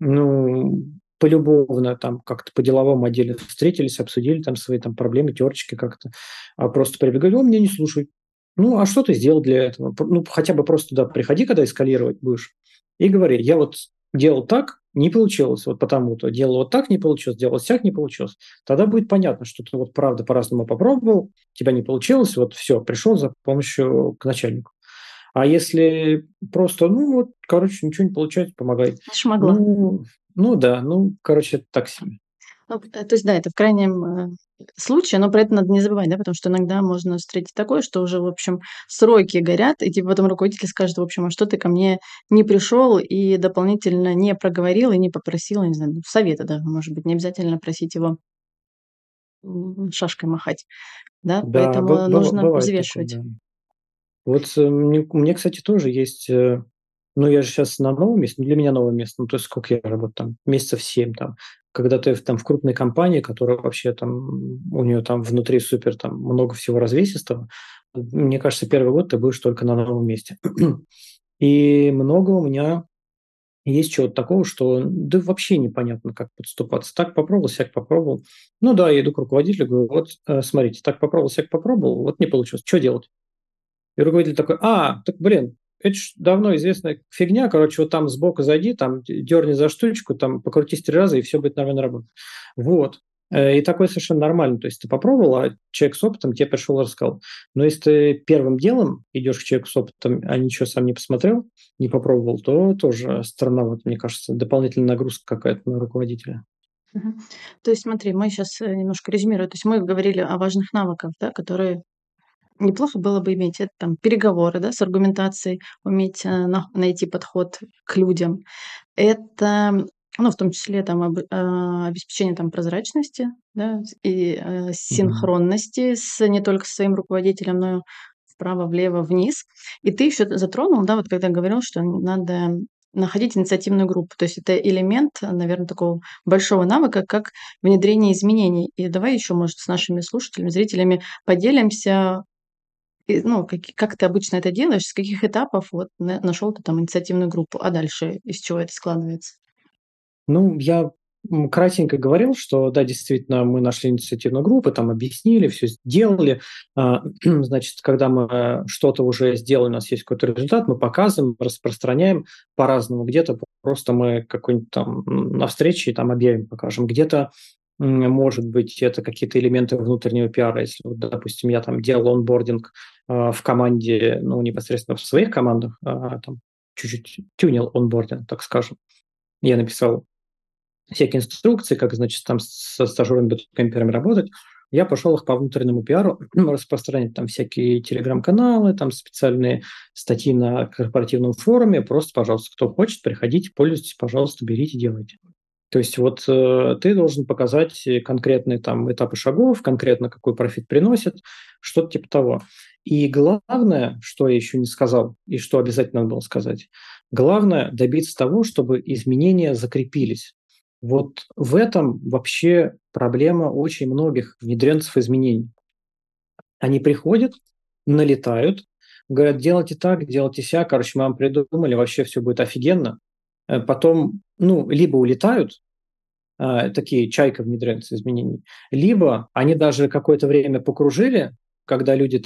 полюбовно, там как-то по деловому отделе встретились, обсудили там свои там проблемы, терочки как-то, а просто прибегали, он меня не слушает. А что ты сделал для этого? Хотя бы просто, да, приходи, когда эскалировать будешь, и говори, я вот делал так, не получилось, вот потому-то, делал вот так, не получилось, делал сяк, не получилось. Тогда будет понятно, что ты вот правда по-разному попробовал, тебя не получилось, вот все, пришел за помощью к начальнику. А если просто, ничего не получается, помогай. Знаешь, могла. Да, это так себе. То есть, да, это в крайнем случае, но про это надо не забывать, да, потому что иногда можно встретить такое, что уже, в общем, сроки горят, и типа потом руководитель скажет, в общем, а что ты ко мне не пришел и дополнительно не проговорил и не попросил, не знаю, совета даже, может быть, не обязательно просить его шашкой махать, да, Да, поэтому нужно бывает такое, взвешивать. да. Вот мне, кстати, тоже есть, я же сейчас на новом месте, для меня новое место, то есть сколько я работаю там, месяцев 7 там, когда ты там в крупной компании, которая вообще там, у нее там внутри супер там много всего развесистого, мне кажется, первый год ты будешь только на новом месте. И много у меня есть чего-то такого, что да вообще непонятно, как подступаться. Так попробовал, сяк попробовал. Да, я иду к руководителю, говорю, вот смотрите, так попробовал, сяк попробовал, вот не получилось, что делать? И руководитель такой, так, блин, это ж давно известная фигня, короче, вот там сбоку зайди, там дерни за штучку, там покрутись 3 раза, и все будет нормально работать. Вот. И такое совершенно нормально. То есть ты попробовал, а человек с опытом тебе пришел и рассказал. Но если ты первым делом идешь к человеку с опытом, а ничего сам не посмотрел, не попробовал, то тоже странновато, мне кажется, дополнительная нагрузка какая-то на руководителя. Мгм. То есть смотри, мы сейчас немножко резюмируем. То есть мы говорили о важных навыках, да, которые неплохо было бы иметь. Это там переговоры, да, с аргументацией, уметь найти подход к людям. Это, в том числе там обеспечение там прозрачности, да, и Мгм. синхронности с не только со своим руководителем, но и вправо, влево, вниз. И ты еще затронул, да, вот когда говорил, что надо находить инициативную группу. То есть это элемент, наверное, такого большого навыка, как внедрение изменений. И давай еще, может, с нашими слушателями, зрителями поделимся, как ты обычно это делаешь, с каких этапов вот нашел ты там инициативную группу, а дальше из чего это складывается? Я кратенько говорил, что да, действительно, мы нашли инициативную группу, там объяснили, все сделали. Значит, когда мы что-то уже сделали, у нас есть какой-то результат, мы показываем, распространяем по-разному. Где-то просто мы какой-нибудь там на встрече там объявим, покажем. Где-то, может быть, это какие-то элементы внутреннего пиара. Если, вот, допустим, я там делал онбординг в команде, непосредственно в своих командах, там чуть-чуть тюнил онбординг, так скажем. Я написал всякие инструкции, как, значит, там со стажерами буткемперами работать. Я пошел их по внутреннему пиару распространять там всякие телеграм-каналы, там специальные статьи на корпоративном форуме. Просто, пожалуйста, кто хочет, приходите, пользуйтесь, пожалуйста, берите, делайте. То есть вот ты должен показать конкретные там этапы шагов, конкретно какой профит приносит, что-то типа того. И главное, что я еще не сказал, и что обязательно надо было сказать, главное добиться того, чтобы изменения закрепились. Вот в этом вообще проблема очень многих внедренцев изменений. Они приходят, налетают, говорят, делайте так, делайте сяк, короче, мы вам придумали, вообще все будет офигенно. Потом, либо улетают, такие чайка внедренцы изменений, либо они даже какое-то время покружили, когда люди там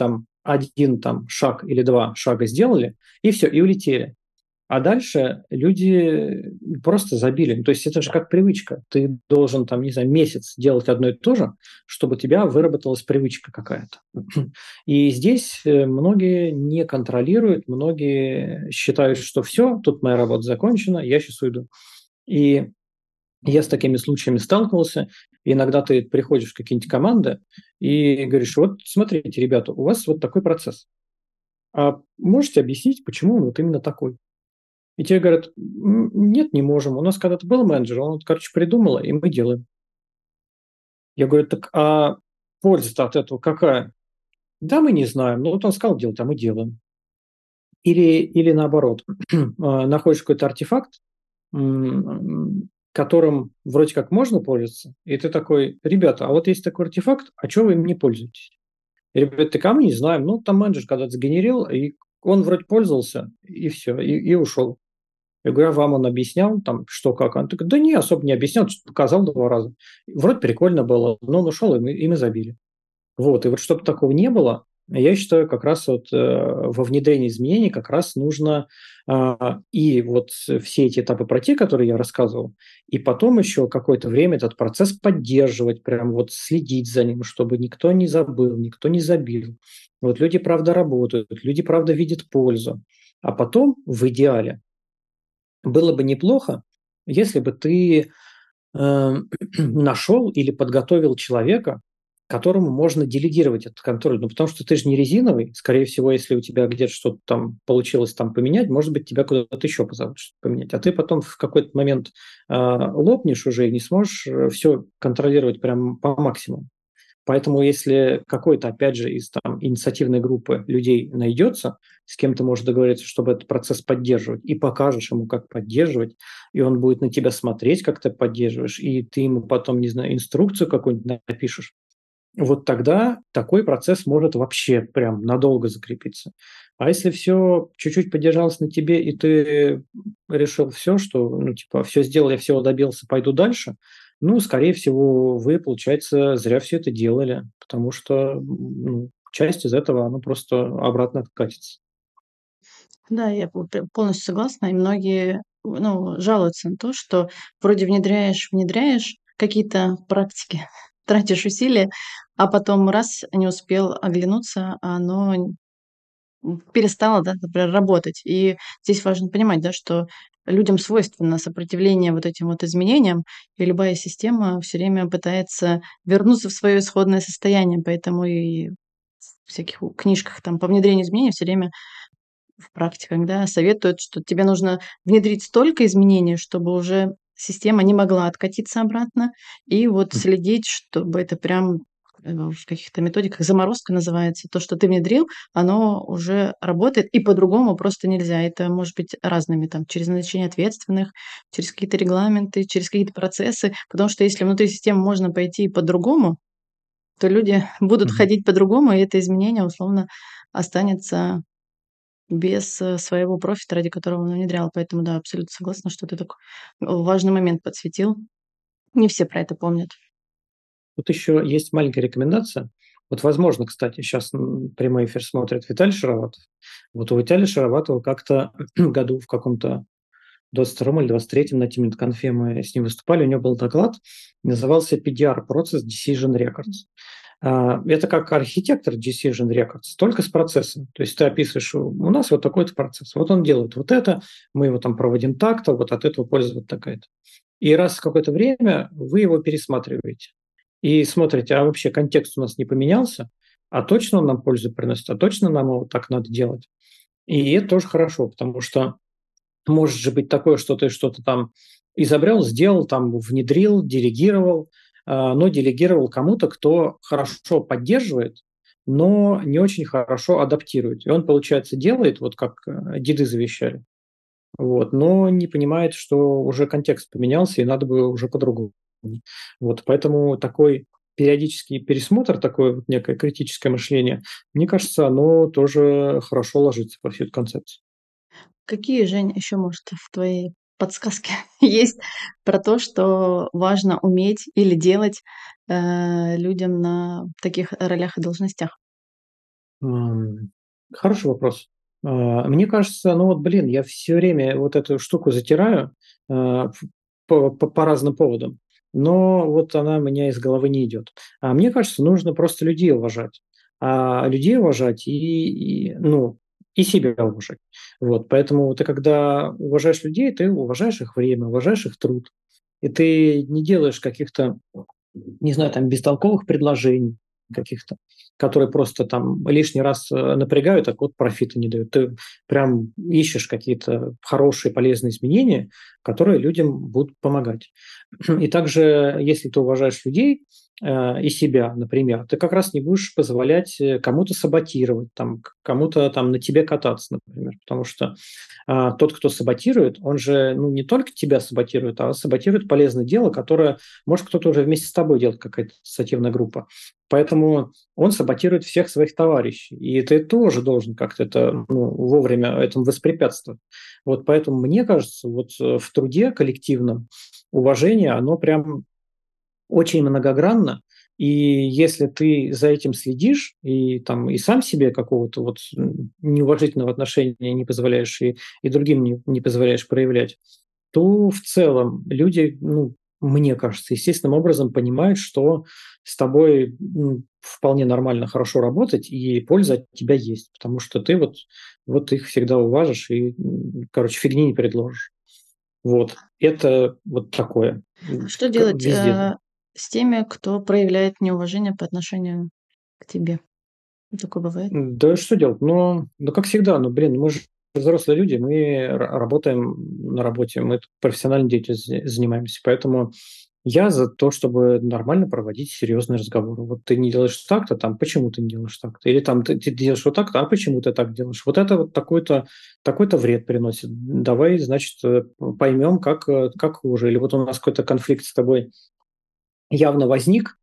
один там шаг или два шага сделали, и все, и улетели. А дальше люди просто забили. То есть это же как привычка. Ты должен там, не знаю, месяц делать одно и то же, чтобы у тебя выработалась привычка какая-то. И здесь многие не контролируют, многие считают, что все, тут моя работа закончена, я сейчас уйду. И я с такими случаями сталкивался. Иногда ты приходишь в какие-нибудь команды и говоришь, вот смотрите, ребята, у вас вот такой процесс. А можете объяснить, почему он вот именно такой? И тебе говорят, нет, не можем. У нас когда-то был менеджер, он, вот, короче, придумал, и мы делаем. Я говорю, так а польза от этого какая? Да, мы не знаем. Ну, вот он сказал делать, а мы делаем. Или наоборот, находишь какой-то артефакт, которым вроде как можно пользоваться, и ты такой, ребята, а вот есть такой артефакт, а чего вы им не пользуетесь? И ребята, так а мы не знаем. Ну, там менеджер когда-то сгенерил, и он вроде пользовался, и все, и ушел. Я говорю, а вам он объяснял, там, что, как? Он такой, да не, особо не объяснял, что-то показал 2 раза. Вроде прикольно было, но он ушел, и мы забили. Вот, и вот чтобы такого не было, я считаю, как раз вот во внедрении изменений как раз нужно и вот все эти этапы пройти, которые я рассказывал, и потом еще какое-то время этот процесс поддерживать, прям вот следить за ним, чтобы никто не забыл, никто не забил. Вот люди правда работают, люди правда видят пользу. А потом, в идеале, было бы неплохо, если бы ты нашел или подготовил человека, которому можно делегировать этот контроль. Ну, потому что ты же не резиновый. Скорее всего, если у тебя где-то что-то там получилось там поменять, может быть, тебя куда-то еще позовут что-то поменять. А ты потом в какой-то момент лопнешь уже и не сможешь все контролировать прям по максимуму. Поэтому если какой-то, опять же, из там инициативной группы людей найдется, с кем ты можешь договориться, чтобы этот процесс поддерживать, и покажешь ему, как поддерживать, и он будет на тебя смотреть, как ты поддерживаешь, и ты ему потом, не знаю, инструкцию какую-нибудь напишешь, вот тогда такой процесс может вообще прям надолго закрепиться. А если все чуть-чуть поддержалось на тебе, и ты решил все, что, ну, типа, все сделал, я всего добился, пойду дальше, ну, скорее всего, вы, получается, зря все это делали, потому что ну, часть из этого, она просто обратно откатится. Да, я полностью согласна. И многие, ну, жалуются на то, что вроде внедряешь какие-то практики, тратишь усилия, а потом раз не успел оглянуться, а оно перестало, да, например, работать. И здесь важно понимать, да, что людям свойственно сопротивление вот этим вот изменениям, и любая система все время пытается вернуться в свое исходное состояние. Поэтому и в всяких книжках там по внедрению изменений все время в практиках, да, советуют, что тебе нужно внедрить столько изменений, чтобы уже система не могла откатиться обратно, и вот следить, чтобы это прям в каких-то методиках заморозка называется. То, что ты внедрил, оно уже работает, и по-другому просто нельзя. Это может быть разными, там, через назначение ответственных, через какие-то регламенты, через какие-то процессы, потому что если внутри системы можно пойти по-другому, то люди будут Мгм. ходить по-другому, и это изменение условно останется без своего профита, ради которого он внедрял. Поэтому да, абсолютно согласна, что ты такой важный момент подсветил. Не все про это помнят. Тут еще есть маленькая рекомендация. Вот, возможно, кстати, сейчас прямой эфир смотрит Виталий Шароватов. Вот у Виталия Шароватова как-то году в каком-то 22-м или 23-м на Тимит-конфе мы с ним выступали, у него был доклад, назывался PDR, Process Decision Records. Это как архитектор Decision Records, только с процессом. То есть ты описываешь, у нас вот такой-то процесс, вот он делает вот это, мы его там проводим так-то, вот от этого польза вот такая-то. И раз в какое-то время вы его пересматриваете и смотрите, а вообще контекст у нас не поменялся, а точно он нам пользу приносит, а точно нам его так надо делать. И это тоже хорошо, потому что может же быть такое, что ты что-то там изобрел, сделал, там внедрил, делегировал, но делегировал кому-то, кто хорошо поддерживает, но не очень хорошо адаптирует. И он, получается, делает, вот как деды завещали, вот, но не понимает, что уже контекст поменялся, и надо бы уже по-другому. Вот, поэтому такой периодический пересмотр, такое вот некое критическое мышление, мне кажется, оно тоже хорошо ложится во всю эту концепцию. Какие, Жень, еще, может, в твоей подсказке есть про то, что важно уметь или делать людям на таких ролях и должностях? Ам, Хороший вопрос. Мне кажется, ну вот, блин, я все время вот эту штуку затираю по разным поводам, но вот она у меня из головы не идет. А мне кажется, нужно просто людей уважать. А людей уважать ну, и себя уважать. Вот, поэтому ты, когда уважаешь людей, ты уважаешь их время, уважаешь их труд. И ты не делаешь каких-то, не знаю, там, бестолковых предложений каких-то, которые просто там лишний раз напрягают, а вот профита не дают. Ты прям ищешь какие-то хорошие, полезные изменения, которые людям будут помогать. И также, если ты уважаешь людей и себя, например, ты как раз не будешь позволять кому-то саботировать, там, кому-то там на тебе кататься, например, потому что тот, кто саботирует, он же ну, не только тебя саботирует, а саботирует полезное дело, которое, может, кто-то уже вместе с тобой делает, какая-то инициативная группа. Поэтому он саботирует всех своих товарищей. И ты тоже должен как-то это ну, вовремя этому воспрепятствовать. Вот поэтому мне кажется, вот в труде коллективном уважение, оно прям очень многогранно, и если ты за этим следишь и там и сам себе какого-то вот неуважительного отношения не позволяешь и другим не позволяешь проявлять, то в целом люди, ну, мне кажется, естественным образом понимают, что с тобой вполне нормально, хорошо работать, и польза от тебя есть, потому что ты вот их всегда уважишь и, короче, фигни не предложишь. Вот. Это вот такое. Что делать Везде. с теми, кто проявляет неуважение по отношению к тебе? Такое бывает? Да что делать? Ну, как всегда, ну, блин, мы же взрослые люди, мы работаем на работе, мы тут профессиональной деятельностью занимаемся, поэтому я за то, чтобы нормально проводить серьезные разговоры. Вот ты не делаешь так-то, там, почему ты не делаешь так-то? Или там ты делаешь вот так-то, а почему ты так делаешь? Вот это вот такой-то вред приносит. Давай, значит, поймем, как хуже. Или вот у нас какой-то конфликт с тобой явно возник,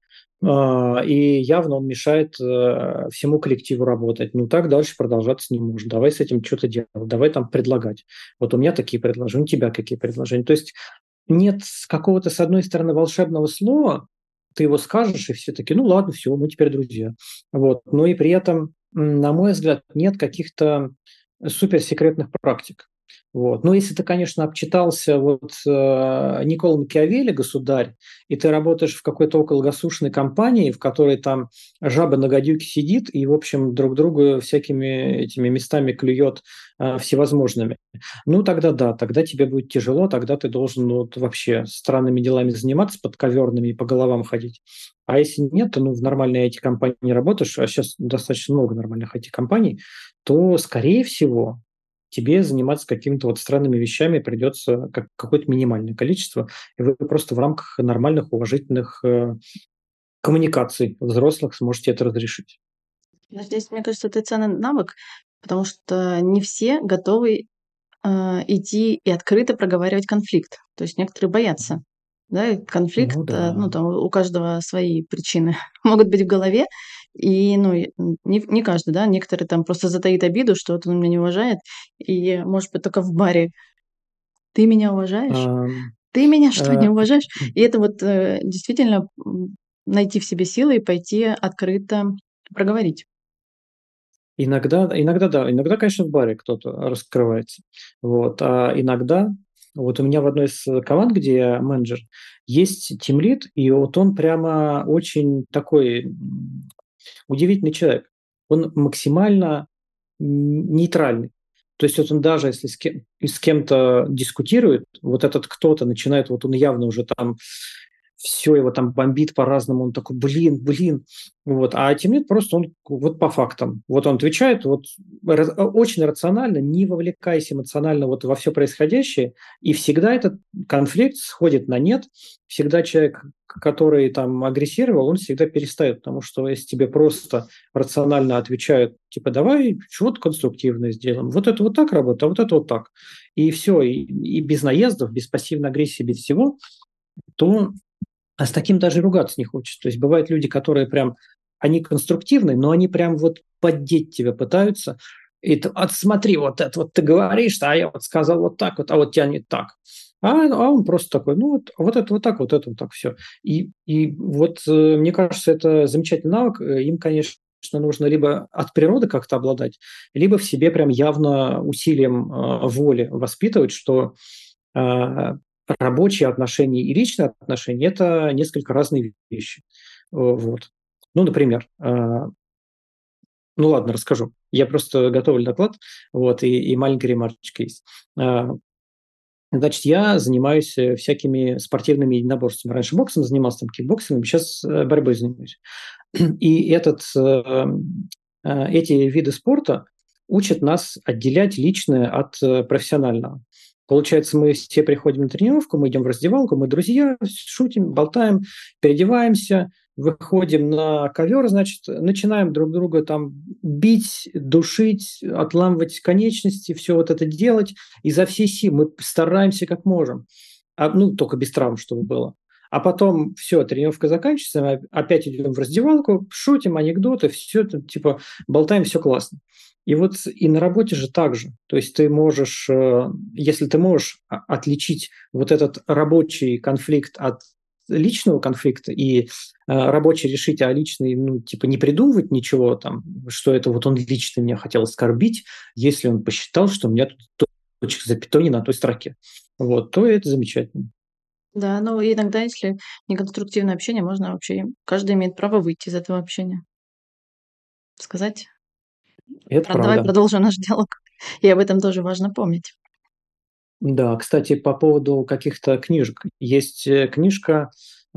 и явно он мешает всему коллективу работать. Ну, так дальше продолжаться не может. Давай с этим что-то делать, давай там предлагать. Вот у меня такие предложения, у тебя какие предложения. То есть нет какого-то, с одной стороны, волшебного слова, ты его скажешь, и все таки ну ладно, все, мы теперь друзья. Вот. Но и при этом, на мой взгляд, нет каких-то суперсекретных практик. Вот. Ну, если ты, конечно, обчитался вот Никола Макиавелли, «Государь», и ты работаешь в какой-то окологосушной компании, в которой там жаба на гадюке сидит и, в общем, друг другу всякими этими местами клюет всевозможными. Ну, тогда да, тогда тебе будет тяжело, тогда ты должен ну, вот, вообще странными делами заниматься, подковерными и по головам ходить. А если нет, то ну, в нормальной IT-компании работаешь, а сейчас достаточно много нормальных IT-компаний, то, скорее всего, тебе заниматься какими-то вот странными вещами придется какое-то минимальное количество, и вы просто в рамках нормальных, уважительных коммуникаций взрослых сможете это разрешить. Но здесь, мне кажется, это ценный навык, потому что не все готовы идти и открыто проговаривать конфликт. То есть некоторые боятся. Да, и конфликт, Ну ну, да. там у каждого свои причины могут быть в голове, и, ну, не каждый, да, некоторые там просто затаит обиду, что вот он меня не уважает, и, может быть, только в баре: "Ты меня уважаешь? Ам, Ты меня что, не э, уважаешь?" И это вот, действительно, найти в себе силы и пойти открыто проговорить. Иногда да, иногда, конечно, в баре кто-то раскрывается. Вот, а иногда вот у меня в одной из команд, где я менеджер, есть тимлид, и вот он прямо очень такой удивительный человек. Он максимально нейтральный. То есть вот он даже если с кем-то дискутирует, вот этот кто-то начинает, вот он явно уже там все его там бомбит по-разному, он такой, блин. Вот. А темнит просто он вот по фактам. Вот он отвечает вот очень рационально, не вовлекаясь эмоционально вот во все происходящее, и всегда этот конфликт сходит на нет. Всегда человек, который там агрессировал, он всегда перестает, потому что если тебе просто рационально отвечают, типа, давай чего-то конструктивное сделаем, вот это вот так работает, а вот это вот так. И все, и без наездов, без пассивной агрессии, без всего, то с таким даже ругаться не хочется. То есть бывают люди, которые прям, они конструктивны, но они прям вот поддеть тебя пытаются. И ты, вот смотри, вот это вот ты говоришь, а я вот сказал вот так вот, а вот тебя не так. А он просто такой, ну вот это вот так, все. И вот мне кажется, это замечательный навык. Им, конечно, нужно либо от природы как-то обладать, либо в себе прям явно усилием воли воспитывать, что э, рабочие отношения и личные отношения – это несколько разные вещи. Вот. Ну, например, ну ладно, расскажу. Я просто готовлю доклад, вот, и маленькая ремарочка есть. Значит, я занимаюсь всякими спортивными единоборствами. Раньше боксом занимался, там, кикбоксингом, сейчас борьбой занимаюсь. И эти виды спорта учат нас отделять личное от профессионального. Получается, мы все приходим на тренировку, мы идем в раздевалку, мы друзья, шутим, болтаем, переодеваемся, выходим на ковер, значит, начинаем друг друга там бить, душить, отламывать конечности, все вот это делать изо всей силы. Мы стараемся как можем. Ну, только без травм, чтобы было. А потом все, тренировка заканчивается, мы опять идем в раздевалку, шутим, анекдоты, все это типа болтаем, все классно. И вот и на работе же так же. То есть ты можешь, если ты можешь отличить вот этот рабочий конфликт от личного конфликта и рабочий решить, а личный, ну, типа не придумывать ничего там, что это вот он лично меня хотел оскорбить, если он посчитал, что у меня тут точка запятой не на той строке. Вот, то это замечательно. Да, ну иногда, если неконструктивное общение, можно вообще, каждый имеет право выйти из этого общения, сказать, Это давай правда. продолжим наш диалог. И об этом тоже важно помнить. Да, кстати, по поводу каких-то книжек. Есть книжка,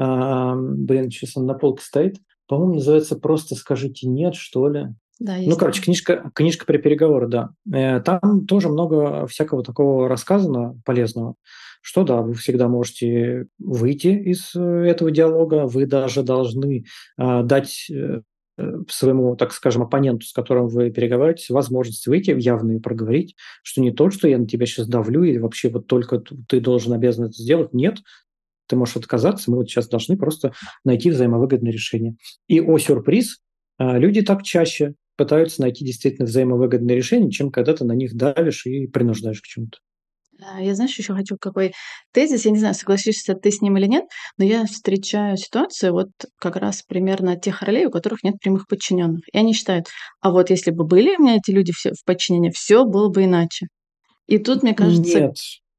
блин, сейчас она на полке стоит, по-моему, называется «Просто скажите нет», что ли. Да, Ну, есть короче, такое. книжка про переговоры, да. Там тоже много всякого такого рассказано полезного, что да, вы всегда можете выйти из этого диалога, вы даже должны дать своему, так скажем, оппоненту, с которым вы переговариваетесь, возможность выйти явно и проговорить, что не то, что я на тебя сейчас давлю, и вообще вот только ты должен, обязан это сделать. Нет, ты можешь отказаться, мы вот сейчас должны просто найти взаимовыгодное решение. И, о сюрприз, люди так чаще пытаются найти действительно взаимовыгодное решение, чем когда ты на них давишь и принуждаешь к чему-то. Я, знаешь, еще хочу какой тезис, я не знаю, согласишься ты с ним или нет, но я встречаю ситуацию вот как раз примерно тех ролей, у которых нет прямых подчиненных. И они считают, а вот если бы были у меня эти люди все в подчинении, все было бы иначе. И тут, мне кажется, Нет,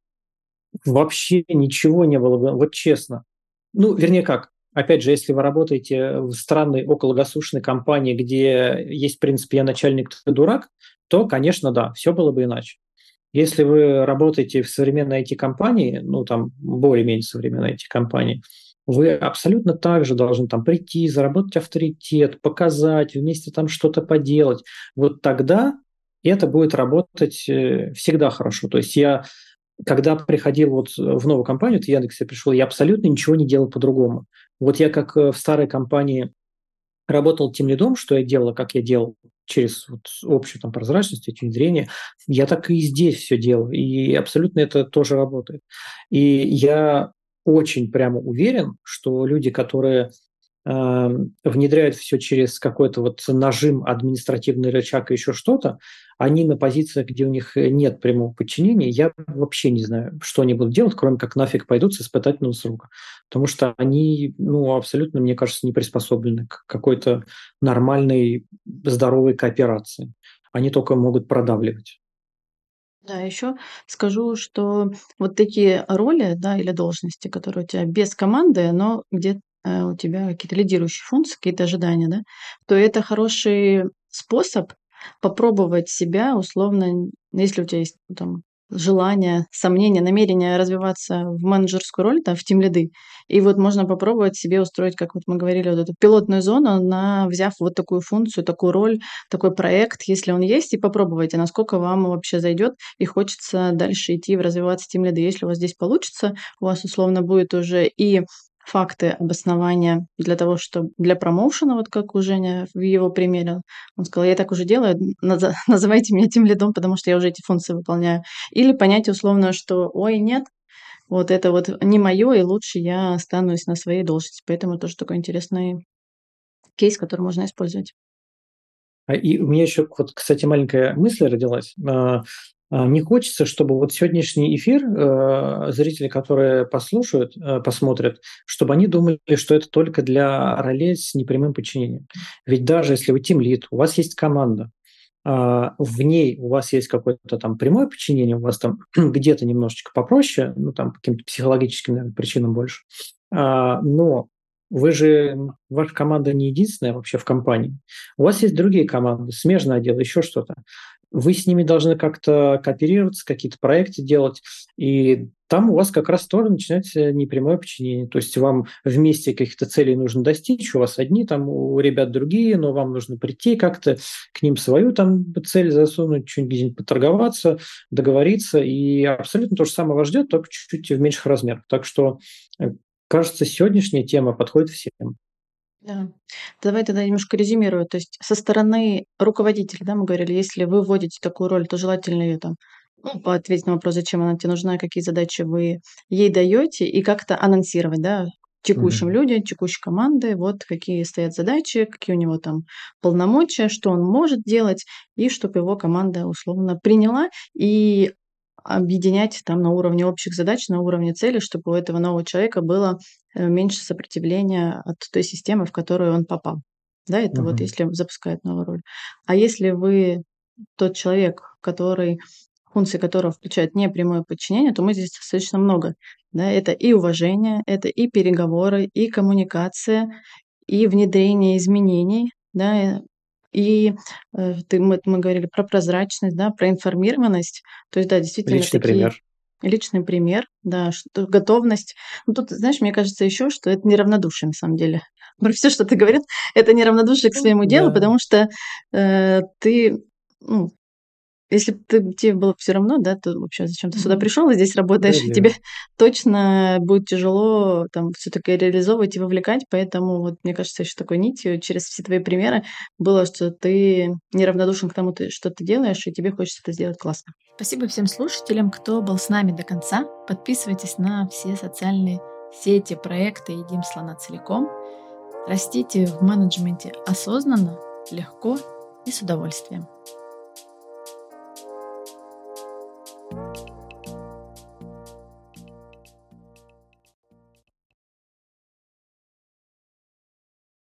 вообще ничего не было бы, вот честно. Ну, вернее как, опять же, если вы работаете в странной окологосушной компании, где есть принцип «я начальник, ты дурак», то, конечно, да, все было бы иначе. Если вы работаете в современной IT-компании, ну, там, более-менее современной IT-компании, вы абсолютно так же должны там прийти, заработать авторитет, показать, вместе там что-то поделать. Вот тогда это будет работать всегда хорошо. То есть я, когда приходил вот в новую компанию, в Яндекс я пришел, я абсолютно ничего не делал по-другому. Вот я как в старой компании работал тем лидом, что я делал, как я делал через вот общую там прозрачность, эти внедрения, я так и здесь все делаю, и абсолютно это тоже работает. И я очень прямо уверен, что люди, которые внедряют все через какой-то вот нажим, административный рычаг и еще что-то, они на позициях, где у них нет прямого подчинения, я вообще не знаю, что они будут делать, кроме как нафиг пойдут с испытательного срока. Потому что они, ну, абсолютно, мне кажется, не приспособлены к какой-то нормальной, здоровой кооперации. Они только могут продавливать. да, еще скажу, что вот такие роли, да, или должности, которые у тебя без команды, но где у тебя какие-то лидирующие функции, какие-то ожидания, да, то это хороший способ попробовать себя условно, если у тебя есть там желание, сомнение, намерение развиваться в менеджерскую роль, там, в тимлиды, и вот можно попробовать себе устроить, как вот мы говорили, вот эту пилотную зону, взяв вот такую функцию, такую роль, такой проект, если он есть, и попробуйте, насколько вам вообще зайдет, и хочется дальше идти, развиваться тимлиды. Если у вас здесь получится, у вас условно будет уже и факты обоснования для того, что для промоушена, вот как у Жени в его примере, он сказал, я так уже делаю, называйте меня тимлидом, потому что я уже эти функции выполняю. Или понятие условно, что ой, нет, вот это вот не мое, и лучше я останусь на своей должности. Поэтому тоже такой интересный кейс, который можно использовать. И у меня еще, вот, кстати, маленькая мысль родилась. Не хочется, чтобы вот сегодняшний эфир зрители, которые послушают, посмотрят, чтобы они думали, что это только для ролей с непрямым подчинением. Ведь даже если вы тимлид, у вас есть команда, в ней у вас есть какое-то там прямое подчинение, у вас там где-то немножечко попроще, ну там по каким-то психологическим, наверное, причинам больше, но ваша команда не единственная вообще в компании. У вас есть другие команды, смежный отдел, еще что-то. Вы с ними должны как-то кооперироваться, какие-то проекты делать, и там у вас как раз тоже начинается непрямое подчинение. То есть вам вместе каких-то целей нужно достичь, у вас одни, там у ребят другие, но вам нужно прийти как-то к ним свою там цель засунуть, что-нибудь где-нибудь поторговаться, договориться, и абсолютно то же самое вас ждет, только чуть-чуть в меньших размерах. Так что, кажется, сегодняшняя тема подходит всем. Да. Давай тогда немножко резюмирую. То есть со стороны руководителя, да, мы говорили, если вы вводите такую роль, то желательно ее там, ну, ответить на вопрос, зачем она тебе нужна, какие задачи вы ей даете, и как-то анонсировать, да, текущим людям, текущей команды, вот какие стоят задачи, какие у него там полномочия, что он может делать, и чтобы его команда условно приняла и объединять там на уровне общих задач, на уровне целей, чтобы у этого нового человека было меньше сопротивления от той системы, в которую он попал. Да, это вот если запускает новую роль. А если вы тот человек, который, функции которого включают непрямое подчинение, то мы здесь достаточно много. Да, это и уважение, это и переговоры, и коммуникация, и внедрение изменений, да, и мы говорили про прозрачность, да, про информированность. То есть, да, действительно Личный такие пример. личный пример, да, что готовность. Ну, тут, знаешь, мне кажется еще, что это неравнодушие на самом деле. Про все, что ты говорил, это неравнодушие к своему делу, Да. потому что ты, ну, если бы тебе было все равно, да, то вообще зачем ты сюда пришел и здесь работаешь, Справедливо. тебе точно будет тяжело там все-таки реализовывать и вовлекать, поэтому вот мне кажется, еще такой нитью через все твои примеры было, что ты неравнодушен к тому, что ты делаешь, и тебе хочется это сделать классно. Спасибо всем слушателям, кто был с нами до конца. Подписывайтесь на все социальные сети, проекты «Едим слона целиком». Растите в менеджменте осознанно, легко и с удовольствием.